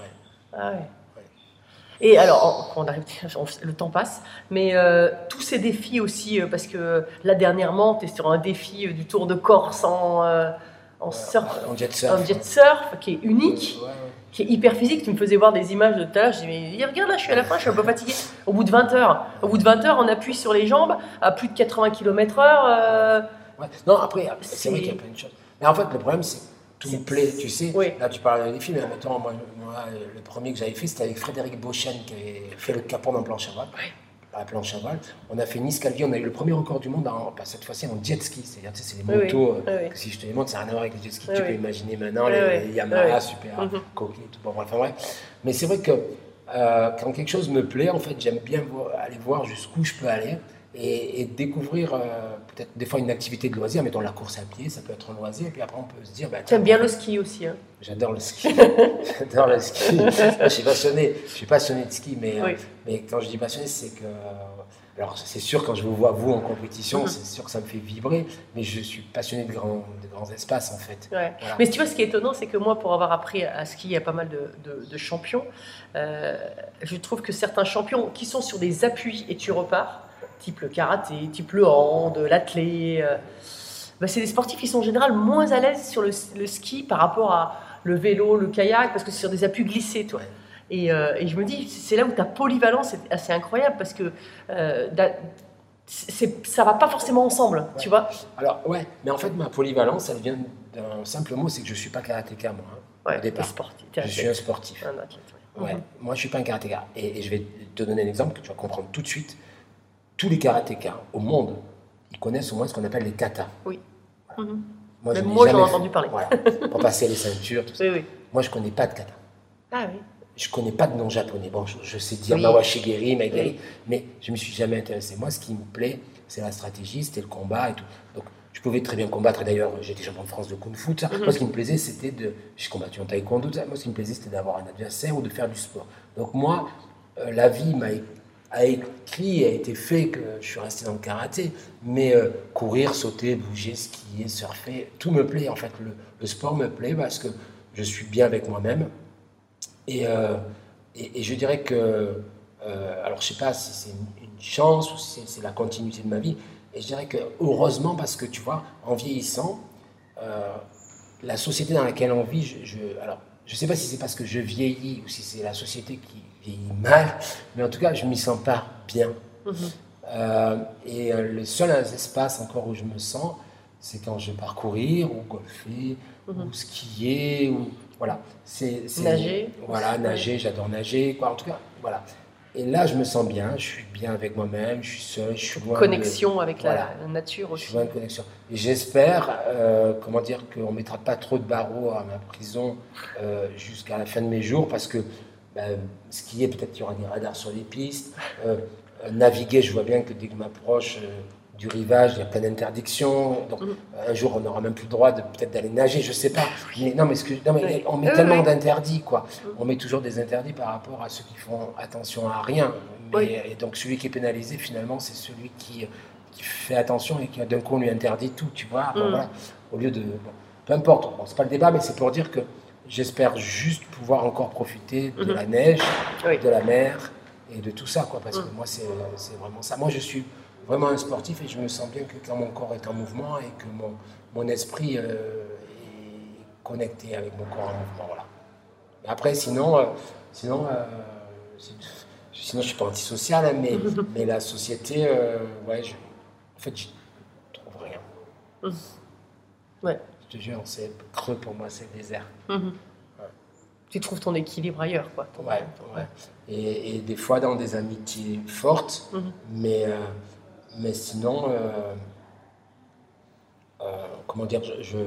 Speaker 3: Et alors, on arrive, le temps passe, mais tous ces défis aussi, parce que là dernièrement, tu es sur un défi du Tour de Corse en jet surf, qui est unique, qui est hyper physique. Tu me faisais voir des images de tout à l'heure, je dis mais regarde là, je suis à la fin, je suis un peu fatigué. Au bout de 20 heures, on appuie sur les jambes à plus de 80 km/h.
Speaker 4: Non, après, c'est vrai qu'il y a plein de choses. Mais en fait, le problème, c'est que tout me plaît, tu sais. Oui. Là, tu parles des films, mais mettons, moi, le premier que j'avais fait, c'était avec Frédéric Beauchesne, qui avait fait le Cap Horn en planche à voile. Oui. À planche à voile. On a fait Nice-Calvi, on a eu le premier record du monde, cette fois-ci en jet ski. C'est-à-dire, tu sais, c'est les motos, que si je te les montre, ça n'a rien à voir avec les jet skis. Tu peux imaginer maintenant les Yamaha, super coquets, tout. Bon, enfin bref. Mais c'est vrai que quand quelque chose me plaît, en fait, j'aime bien aller voir jusqu'où je peux aller et découvrir peut-être des fois une activité de loisir. Mettons la course à pied, ça peut être un loisir. Et puis après, on peut se dire.
Speaker 3: Tu aimes bien le ski aussi, hein?
Speaker 4: J'adore le ski. J'adore le ski. Je suis passionné de ski, mais quand je dis passionné, c'est que. Alors, c'est sûr, quand je vous vois, vous, en compétition, c'est sûr que ça me fait vibrer, mais je suis passionné de grands espaces, en fait.
Speaker 3: Ouais. Voilà. Mais tu vois, ce qui est étonnant, c'est que moi, pour avoir appris à skier, il y a pas mal de champions. Je trouve que certains champions qui sont sur des appuis et tu repars, type le karaté, type le hand, l'athlé, c'est des sportifs qui sont en général moins à l'aise sur le ski par rapport à le vélo, le kayak, parce que c'est sur des appuis glissés, toi. Et je me dis, c'est là où ta polyvalence est assez incroyable, parce que ça va pas forcément ensemble, tu vois.
Speaker 4: Alors, mais en fait, ma polyvalence, elle vient d'un simple mot, c'est que je suis pas karatéka, moi, au départ. Je suis un sportif. Un athlète, Moi, je suis pas un karatéka. Et je vais te donner un exemple que tu vas comprendre tout de suite. Tous les karatékas au monde, ils connaissent au moins ce qu'on appelle les katas. Oui. Voilà. Moi, j'en ai entendu parler. Voilà. Pour passer les ceintures, tout ça. Oui. Moi, je connais pas de kata. Ah oui. Je connais pas de nom japonais. Bon, je sais dire Mawashigiri, Maigari, mais je me suis jamais intéressé. Moi, ce qui me plaît, c'est la stratégie, c'était le combat et tout. Donc, je pouvais très bien combattre. Et d'ailleurs, j'étais champion de France de Kung Fu. Moi, ce qui me plaisait, c'était j'ai combattu en taekwondo. Moi, ce qui me plaisait, c'était d'avoir un adversaire ou de faire du sport. Donc, moi, la vie a écrit et a été fait que je suis resté dans le karaté, mais courir, sauter, bouger, skier, surfer, tout me plaît. En fait, le sport me plaît parce que je suis bien avec moi-même. Et je dirais que, alors je sais pas si c'est une chance ou si c'est la continuité de ma vie, et je dirais que heureusement, parce que tu vois, en vieillissant, la société dans laquelle on vit, alors je sais pas si c'est parce que je vieillis ou si c'est la société qui vieillit mal, mais en tout cas je m'y sens pas bien. Et le seul espace encore où je me sens, c'est quand je vais parcourir ou golfer ou skier ou voilà,
Speaker 3: nager.
Speaker 4: Voilà, nager, j'adore nager, quoi. En tout cas, voilà. Et là, je me sens bien, je suis bien avec moi-même, je suis seul, je suis loin
Speaker 3: connexion avec la nature aussi.
Speaker 4: Je suis loin de connexion. Et j'espère, qu'on ne mettra pas trop de barreaux à ma prison jusqu'à la fin de mes jours, parce que skier, peut-être qu'il y aura des radars sur les pistes. Naviguer, je vois bien que dès que je m'approche du rivage, il y a plein d'interdictions. Donc, un jour, on n'aura même plus le droit peut-être d'aller nager, je ne sais pas. Mais, on met tellement d'interdits, quoi. On met toujours des interdits par rapport à ceux qui font attention à rien. Et donc, celui qui est pénalisé, finalement, c'est celui qui fait attention et qui, d'un coup, on lui interdit tout, tu vois. Voilà. Au lieu de... peu importe, ce n'est pas le débat, mais c'est pour dire que j'espère juste pouvoir encore profiter de la neige, de la mer et de tout ça, quoi. Parce que moi, c'est vraiment ça. Moi, je suis vraiment un sportif et je me sens bien que quand mon corps est en mouvement et que mon esprit est connecté avec mon corps en mouvement, voilà. Mais après, sinon je suis pas antisocial, hein, mais la société, en fait, je trouve rien. Je te jure, c'est creux pour moi, c'est le désert.
Speaker 3: Tu trouves ton équilibre ailleurs, quoi.
Speaker 4: Et des fois dans des amitiés fortes, mais sinon, comment dire,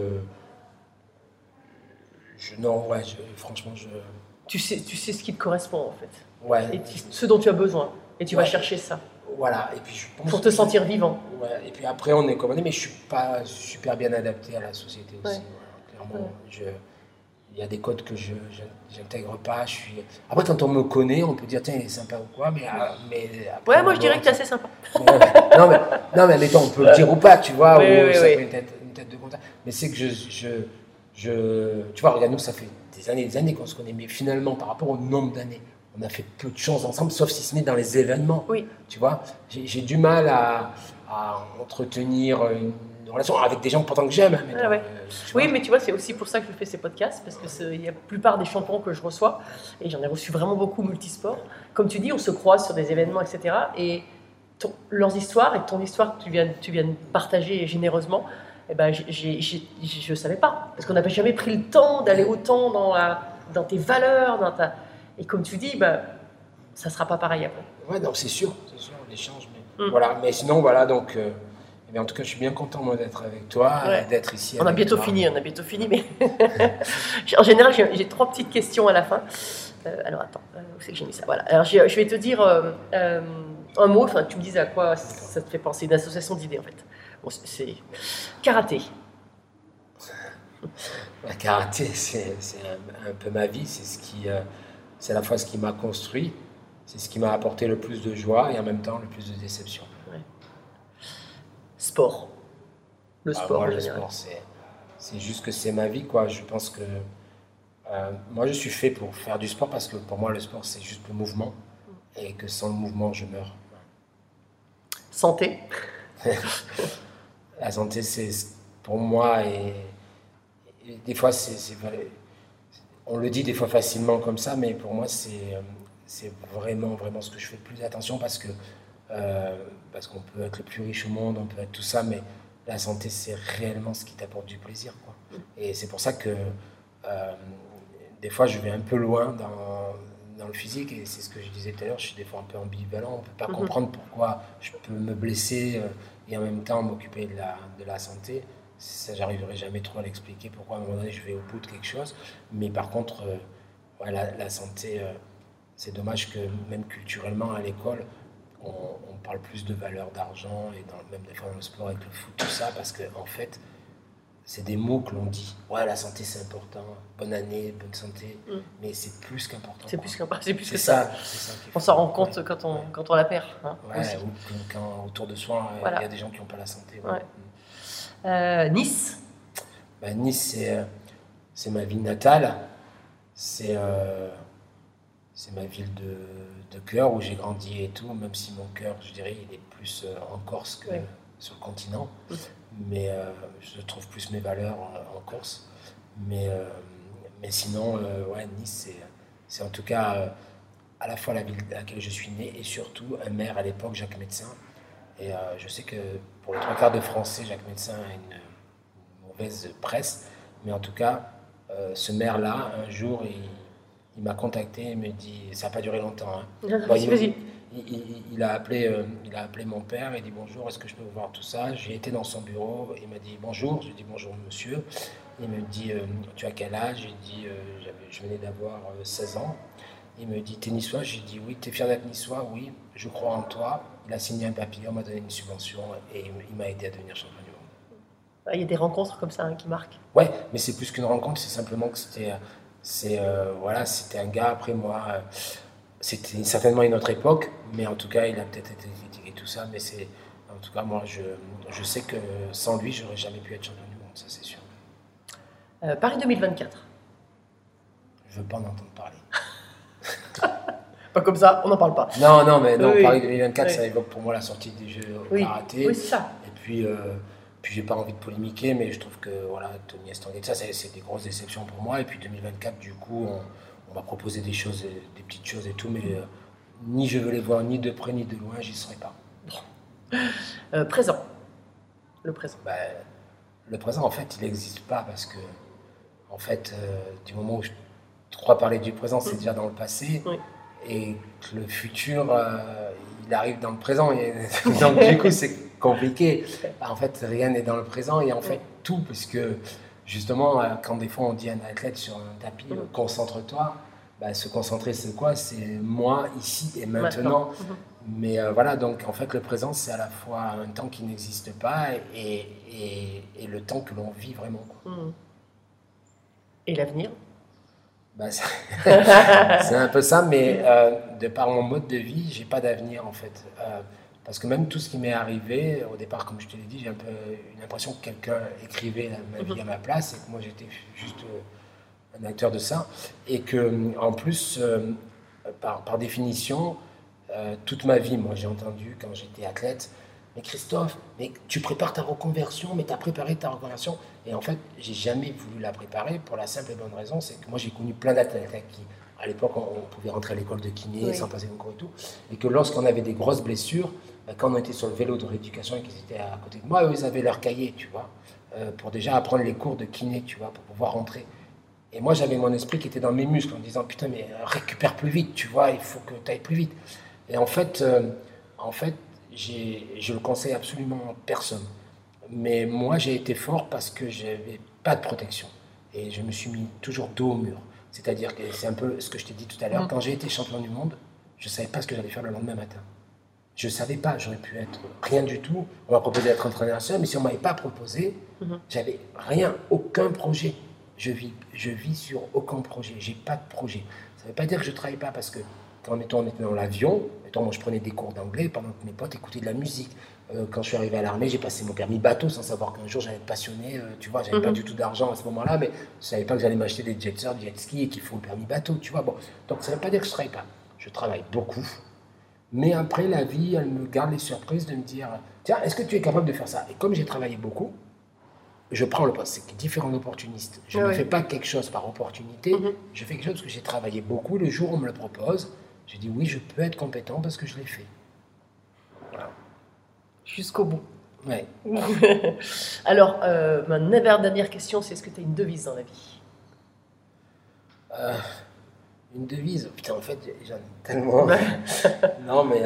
Speaker 4: franchement,
Speaker 3: Tu sais ce qui te correspond, en fait.
Speaker 4: Ouais.
Speaker 3: Et ce dont tu as besoin. Et tu vas chercher ça.
Speaker 4: Voilà. Et puis, je pense
Speaker 3: pour te sentir vivant.
Speaker 4: Ouais. Et puis après, on est commandé, mais je suis pas super bien adapté à la société aussi. Voilà. Clairement, il y a des codes que je n'intègre pas. Après, quand on me connaît, on peut dire tiens, il est sympa ou quoi, mais après,
Speaker 3: moi je dirais que tu es assez sympa.
Speaker 4: non, mais mettons, on peut le dire ou pas, tu vois, ça peut une tête de contact. Mais c'est que tu vois, regarde, nous, ça fait des années qu'on se connaît, mais finalement, par rapport au nombre d'années, on a fait peu de choses ensemble, sauf si ce n'est dans les événements. Oui. Tu vois, j'ai du mal à entretenir une une relation avec des gens pourtant que j'aime. Hein,
Speaker 3: oui, mais tu vois, c'est aussi pour ça que je fais ces podcasts, parce que la plupart des champions que je reçois, et j'en ai reçu vraiment beaucoup multisports, comme tu dis, on se croise sur des événements, etc. Et leurs histoires et ton histoire que tu viens de partager généreusement, eh ben, je ne savais pas. Parce qu'on n'avait jamais pris le temps d'aller autant dans tes valeurs. Et comme tu dis, ça ne sera pas pareil après.
Speaker 4: Oui, c'est sûr, l'échange. Mais, voilà. Mais sinon, voilà, donc, en tout cas, je suis bien content moi, d'être avec toi, d'être ici.
Speaker 3: On a bientôt fini, mais en général, j'ai 3 petites questions à la fin. Alors attends, où c'est que j'ai mis ça? Voilà. Alors je vais te dire un mot, tu me dises à quoi ça te fait penser, une association d'idées en fait. Bon, c'est karaté.
Speaker 4: La karaté, c'est un peu ma vie, c'est à la fois ce qui m'a construit, c'est ce qui m'a apporté le plus de joie et en même temps le plus de déception. Ouais.
Speaker 3: Sport. Le sport.
Speaker 4: Moi, le sport, c'est juste que c'est ma vie, quoi. Je pense que moi, je suis fait pour faire du sport parce que pour moi, le sport, c'est juste le mouvement et que sans le mouvement, je meurs.
Speaker 3: Santé.
Speaker 4: La santé, c'est pour moi, et des fois, on le dit des fois facilement comme ça, mais pour moi, c'est vraiment ce que je fais le plus attention parce qu'on peut être le plus riche au monde, on peut être tout ça, mais la santé, c'est réellement ce qui t'apporte du plaisir, quoi. Et c'est pour ça que des fois, je vais un peu loin dans le physique, et c'est ce que je disais tout à l'heure, je suis des fois un peu ambivalent, on ne peut pas comprendre pourquoi je peux me blesser et en même temps m'occuper de la santé. Ça, j'arriverai jamais trop à l'expliquer pourquoi à un moment donné je vais au bout de quelque chose. Mais par contre, la santé, c'est dommage que même culturellement à l'école, on parle plus de valeur d'argent, et même des fois dans le sport avec le foot, tout ça, parce que en fait, c'est des mots que l'on dit. Ouais, la santé c'est important, bonne année, bonne santé, mais c'est plus qu'important.
Speaker 3: C'est plus que
Speaker 4: ça.
Speaker 3: On s'en rend compte quand on la perd. Hein,
Speaker 4: ou quand autour de soi, il y a des gens qui n'ont pas la santé.
Speaker 3: Nice.
Speaker 4: Nice, c'est ma ville natale. C'est ma ville de cœur où j'ai grandi et tout, même si mon cœur, je dirais, il est plus en Corse que sur le continent. Mais je trouve plus mes valeurs en Corse. Mais sinon, Nice, c'est en tout cas à la fois la ville à laquelle je suis né et surtout un maire à l'époque, Jacques Médecin. Et je sais que pour les 3/4 de Français, Jacques Médecin a une mauvaise presse. Mais en tout cas, ce maire-là, un jour, il m'a contacté et me dit, ça n'a pas duré longtemps. Hein.
Speaker 3: Vas-y.
Speaker 4: Il a appelé mon père et dit bonjour, est-ce que je peux vous voir tout ça? J'ai été dans son bureau, il m'a dit bonjour, j'ai dit bonjour monsieur. Il me dit tu as quel âge? J'ai dit je venais d'avoir 16 ans. Il me dit t'es niçois? J'ai dit oui. T'es fier d'être niçois? Oui, je crois en toi. Il a signé un papier, on m'a donné une subvention et il m'a aidé à devenir champion du monde.
Speaker 3: Il y a des rencontres comme ça qui marquent.
Speaker 4: Ouais, mais c'est plus qu'une rencontre, c'est simplement que c'était un gars après moi. C'était certainement une autre époque, mais en tout cas, il a peut-être été critiqué tout ça. Mais en tout cas, moi, je sais que sans lui, j'aurais jamais pu être champion du monde, ça c'est sûr.
Speaker 3: Paris 2024.
Speaker 4: Je veux pas en entendre parler.
Speaker 3: Pas comme ça, on n'en parle pas.
Speaker 4: Non, mais Paris 2024, ça évoque pour moi la sortie des Jeux au karaté.
Speaker 3: Oui, c'est ça.
Speaker 4: Et puis j'ai pas envie de polémiquer, mais je trouve que Tony Estanguet, ça c'est des grosses déceptions pour moi. Et puis 2024, du coup, on m'a proposé des petites choses et tout, mais ni je veux les voir ni de près ni de loin, j'y serai pas.
Speaker 3: Présent. Le présent.
Speaker 4: Le présent, en fait, il n'existe pas parce que, en fait, du moment où je crois parler du présent, c'est déjà dans le passé, et que le futur, il arrive dans le présent. Donc, du coup, c'est compliqué. En fait, rien n'est dans le présent, et en fait, tout, puisque justement, quand des fois on dit à un athlète sur un tapis, concentre-toi, se concentrer, c'est quoi? C'est moi, ici et maintenant. Mais donc en fait, le présent, c'est à la fois un temps qui n'existe pas et le temps que l'on vit vraiment.
Speaker 3: Et l'avenir?
Speaker 4: C'est un peu ça, mais de par mon mode de vie, j'ai pas d'avenir en fait. Parce que même tout ce qui m'est arrivé, au départ, comme je te l'ai dit, j'ai un peu une impression que quelqu'un écrivait ma vie à ma place et que moi j'étais juste un acteur de ça. Et que, en plus, par définition, toute ma vie, moi j'ai entendu quand j'étais athlète, mais Christophe, mais tu prépares ta reconversion, mais tu as préparé ta reconversion. Et en fait, j'ai jamais voulu la préparer pour la simple et bonne raison, c'est que moi j'ai connu plein d'athlètes qui, à l'époque, on pouvait rentrer à l'école de kiné sans passer concours et tout, et que lorsqu'on avait des grosses blessures, quand on était sur le vélo de rééducation et qu'ils étaient à côté de moi, eux, ils avaient leur cahier, tu vois, pour déjà apprendre les cours de kiné, tu vois, pour pouvoir rentrer. Et moi, j'avais mon esprit qui était dans mes muscles en me disant, putain, mais récupère plus vite, tu vois, il faut que tu ailles plus vite. Et en fait, je le conseille absolument à personne. Mais moi, j'ai été fort parce que je n'avais pas de protection. Et je me suis mis toujours dos au mur. C'est-à-dire que c'est un peu ce que je t'ai dit tout à l'heure. Quand j'ai été champion du monde, je ne savais pas ce que j'allais faire le lendemain matin. Je ne savais pas, j'aurais pu être rien du tout. On m'a proposé d'être entraîneur seul, mais si on ne m'avait pas proposé, j'avais rien, aucun projet. Je vis sur aucun projet, j'ai pas de projet. Ça ne veut pas dire que je ne travaille pas, parce que quand on était dans l'avion, moi je prenais des cours d'anglais pendant que mes potes écoutaient de la musique. Quand je suis arrivé à l'armée, j'ai passé mon permis bateau sans savoir qu'un jour j'allais être passionné. Tu vois, j'avais pas du tout d'argent à ce moment-là, mais je ne savais pas que j'allais m'acheter des jet surf, des jet ski et qu'il faut le permis bateau. Tu vois, bon. Donc ça ne veut pas dire que je ne travaille pas. Je travaille beaucoup. Mais après, la vie, elle me garde les surprises de me dire, tiens, est-ce que tu es capable de faire ça? Et comme j'ai travaillé beaucoup, je prends le poste. C'est différent d'opportuniste. Je ne fais pas quelque chose par opportunité. Je fais quelque chose parce que j'ai travaillé beaucoup. Le jour où on me le propose, je dis oui, je peux être compétent parce que je l'ai fait. Voilà.
Speaker 3: Jusqu'au bout.
Speaker 4: Ouais.
Speaker 3: Alors, ma dernière question, c'est est-ce que tu as une devise dans la vie?
Speaker 4: Une devise? Putain, en fait, j'en ai tellement. Non, mais.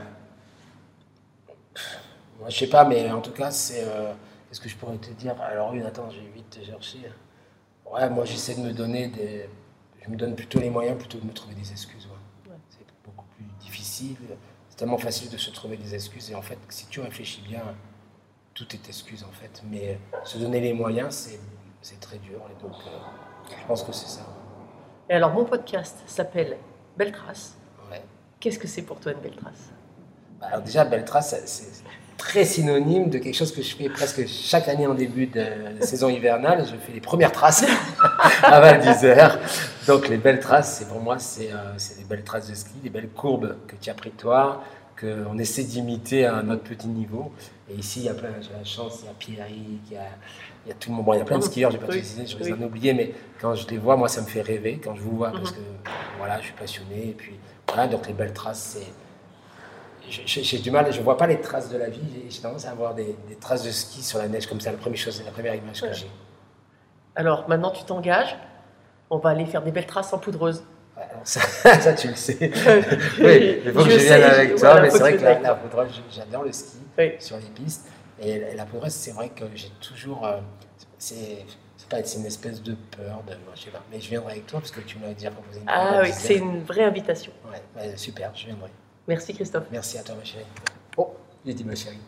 Speaker 4: Moi, je sais pas, mais en tout cas, c'est. Qu'est-ce que je pourrais te dire? Alors, attends, je vais vite te chercher. Ouais, moi, j'essaie de me donner des. Je me donne plutôt les moyens plutôt que de me trouver des excuses. Ouais. C'est beaucoup plus difficile. C'est tellement facile de se trouver des excuses. Et en fait, si tu réfléchis bien, tout est excuse en fait. Mais se donner les moyens, c'est très dur. Et donc, je pense que c'est ça.
Speaker 3: Et alors, mon podcast s'appelle Belle Trace.
Speaker 4: Ouais.
Speaker 3: Qu'est-ce que c'est pour toi une belle trace?
Speaker 4: Alors déjà, Belle Trace, c'est très synonyme de quelque chose que je fais presque chaque année en début de saison hivernale. Je fais les premières traces à Val d'Isère. Donc les belles traces, pour moi, c'est des belles traces de ski, des belles courbes que tu as pris toi, qu'on essaie d'imiter à notre petit niveau. Et ici, il y a plein, j'ai la chance, il y a Pierrick, il y a tout le monde. Bon, il y a plein de skieurs, je ne vais pas te citer, je les en ai oubliés, mais quand je les vois, moi, ça me fait rêver quand je vous vois, parce que voilà, je suis passionné. Et puis voilà, donc les belles traces, c'est. J'ai du mal, je ne vois pas les traces de la vie, j'ai tendance à avoir des traces de ski sur la neige comme ça, la première image que j'ai.
Speaker 3: Alors maintenant tu t'engages, on va aller faire des belles traces en poudreuse.
Speaker 4: Alors ça tu le sais. Oui, il faut que je vienne avec toi, mais c'est vrai que la poudreuse, j'adore le ski sur les pistes. Et la poudreuse, c'est vrai que j'ai toujours. C'est une espèce de peur, je sais pas, mais je viendrai avec toi parce que tu me l'as déjà proposé.
Speaker 3: Ah oui, c'est une vraie invitation.
Speaker 4: Ouais, super, je viendrai.
Speaker 3: Merci Christophe.
Speaker 4: Merci à toi ma chérie. Oh, j'ai dit ma chérie.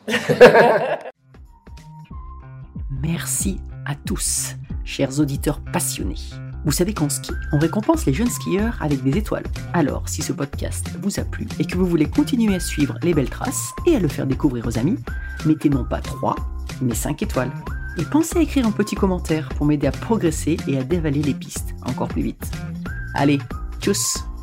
Speaker 2: Merci à tous, chers auditeurs passionnés. Vous savez qu'en ski, on récompense les jeunes skieurs avec des étoiles. Alors, si ce podcast vous a plu et que vous voulez continuer à suivre les belles traces et à le faire découvrir aux amis, mettez non pas 3, mais 5 étoiles. Et pensez à écrire un petit commentaire pour m'aider à progresser et à dévaler les pistes encore plus vite. Allez, tchuss!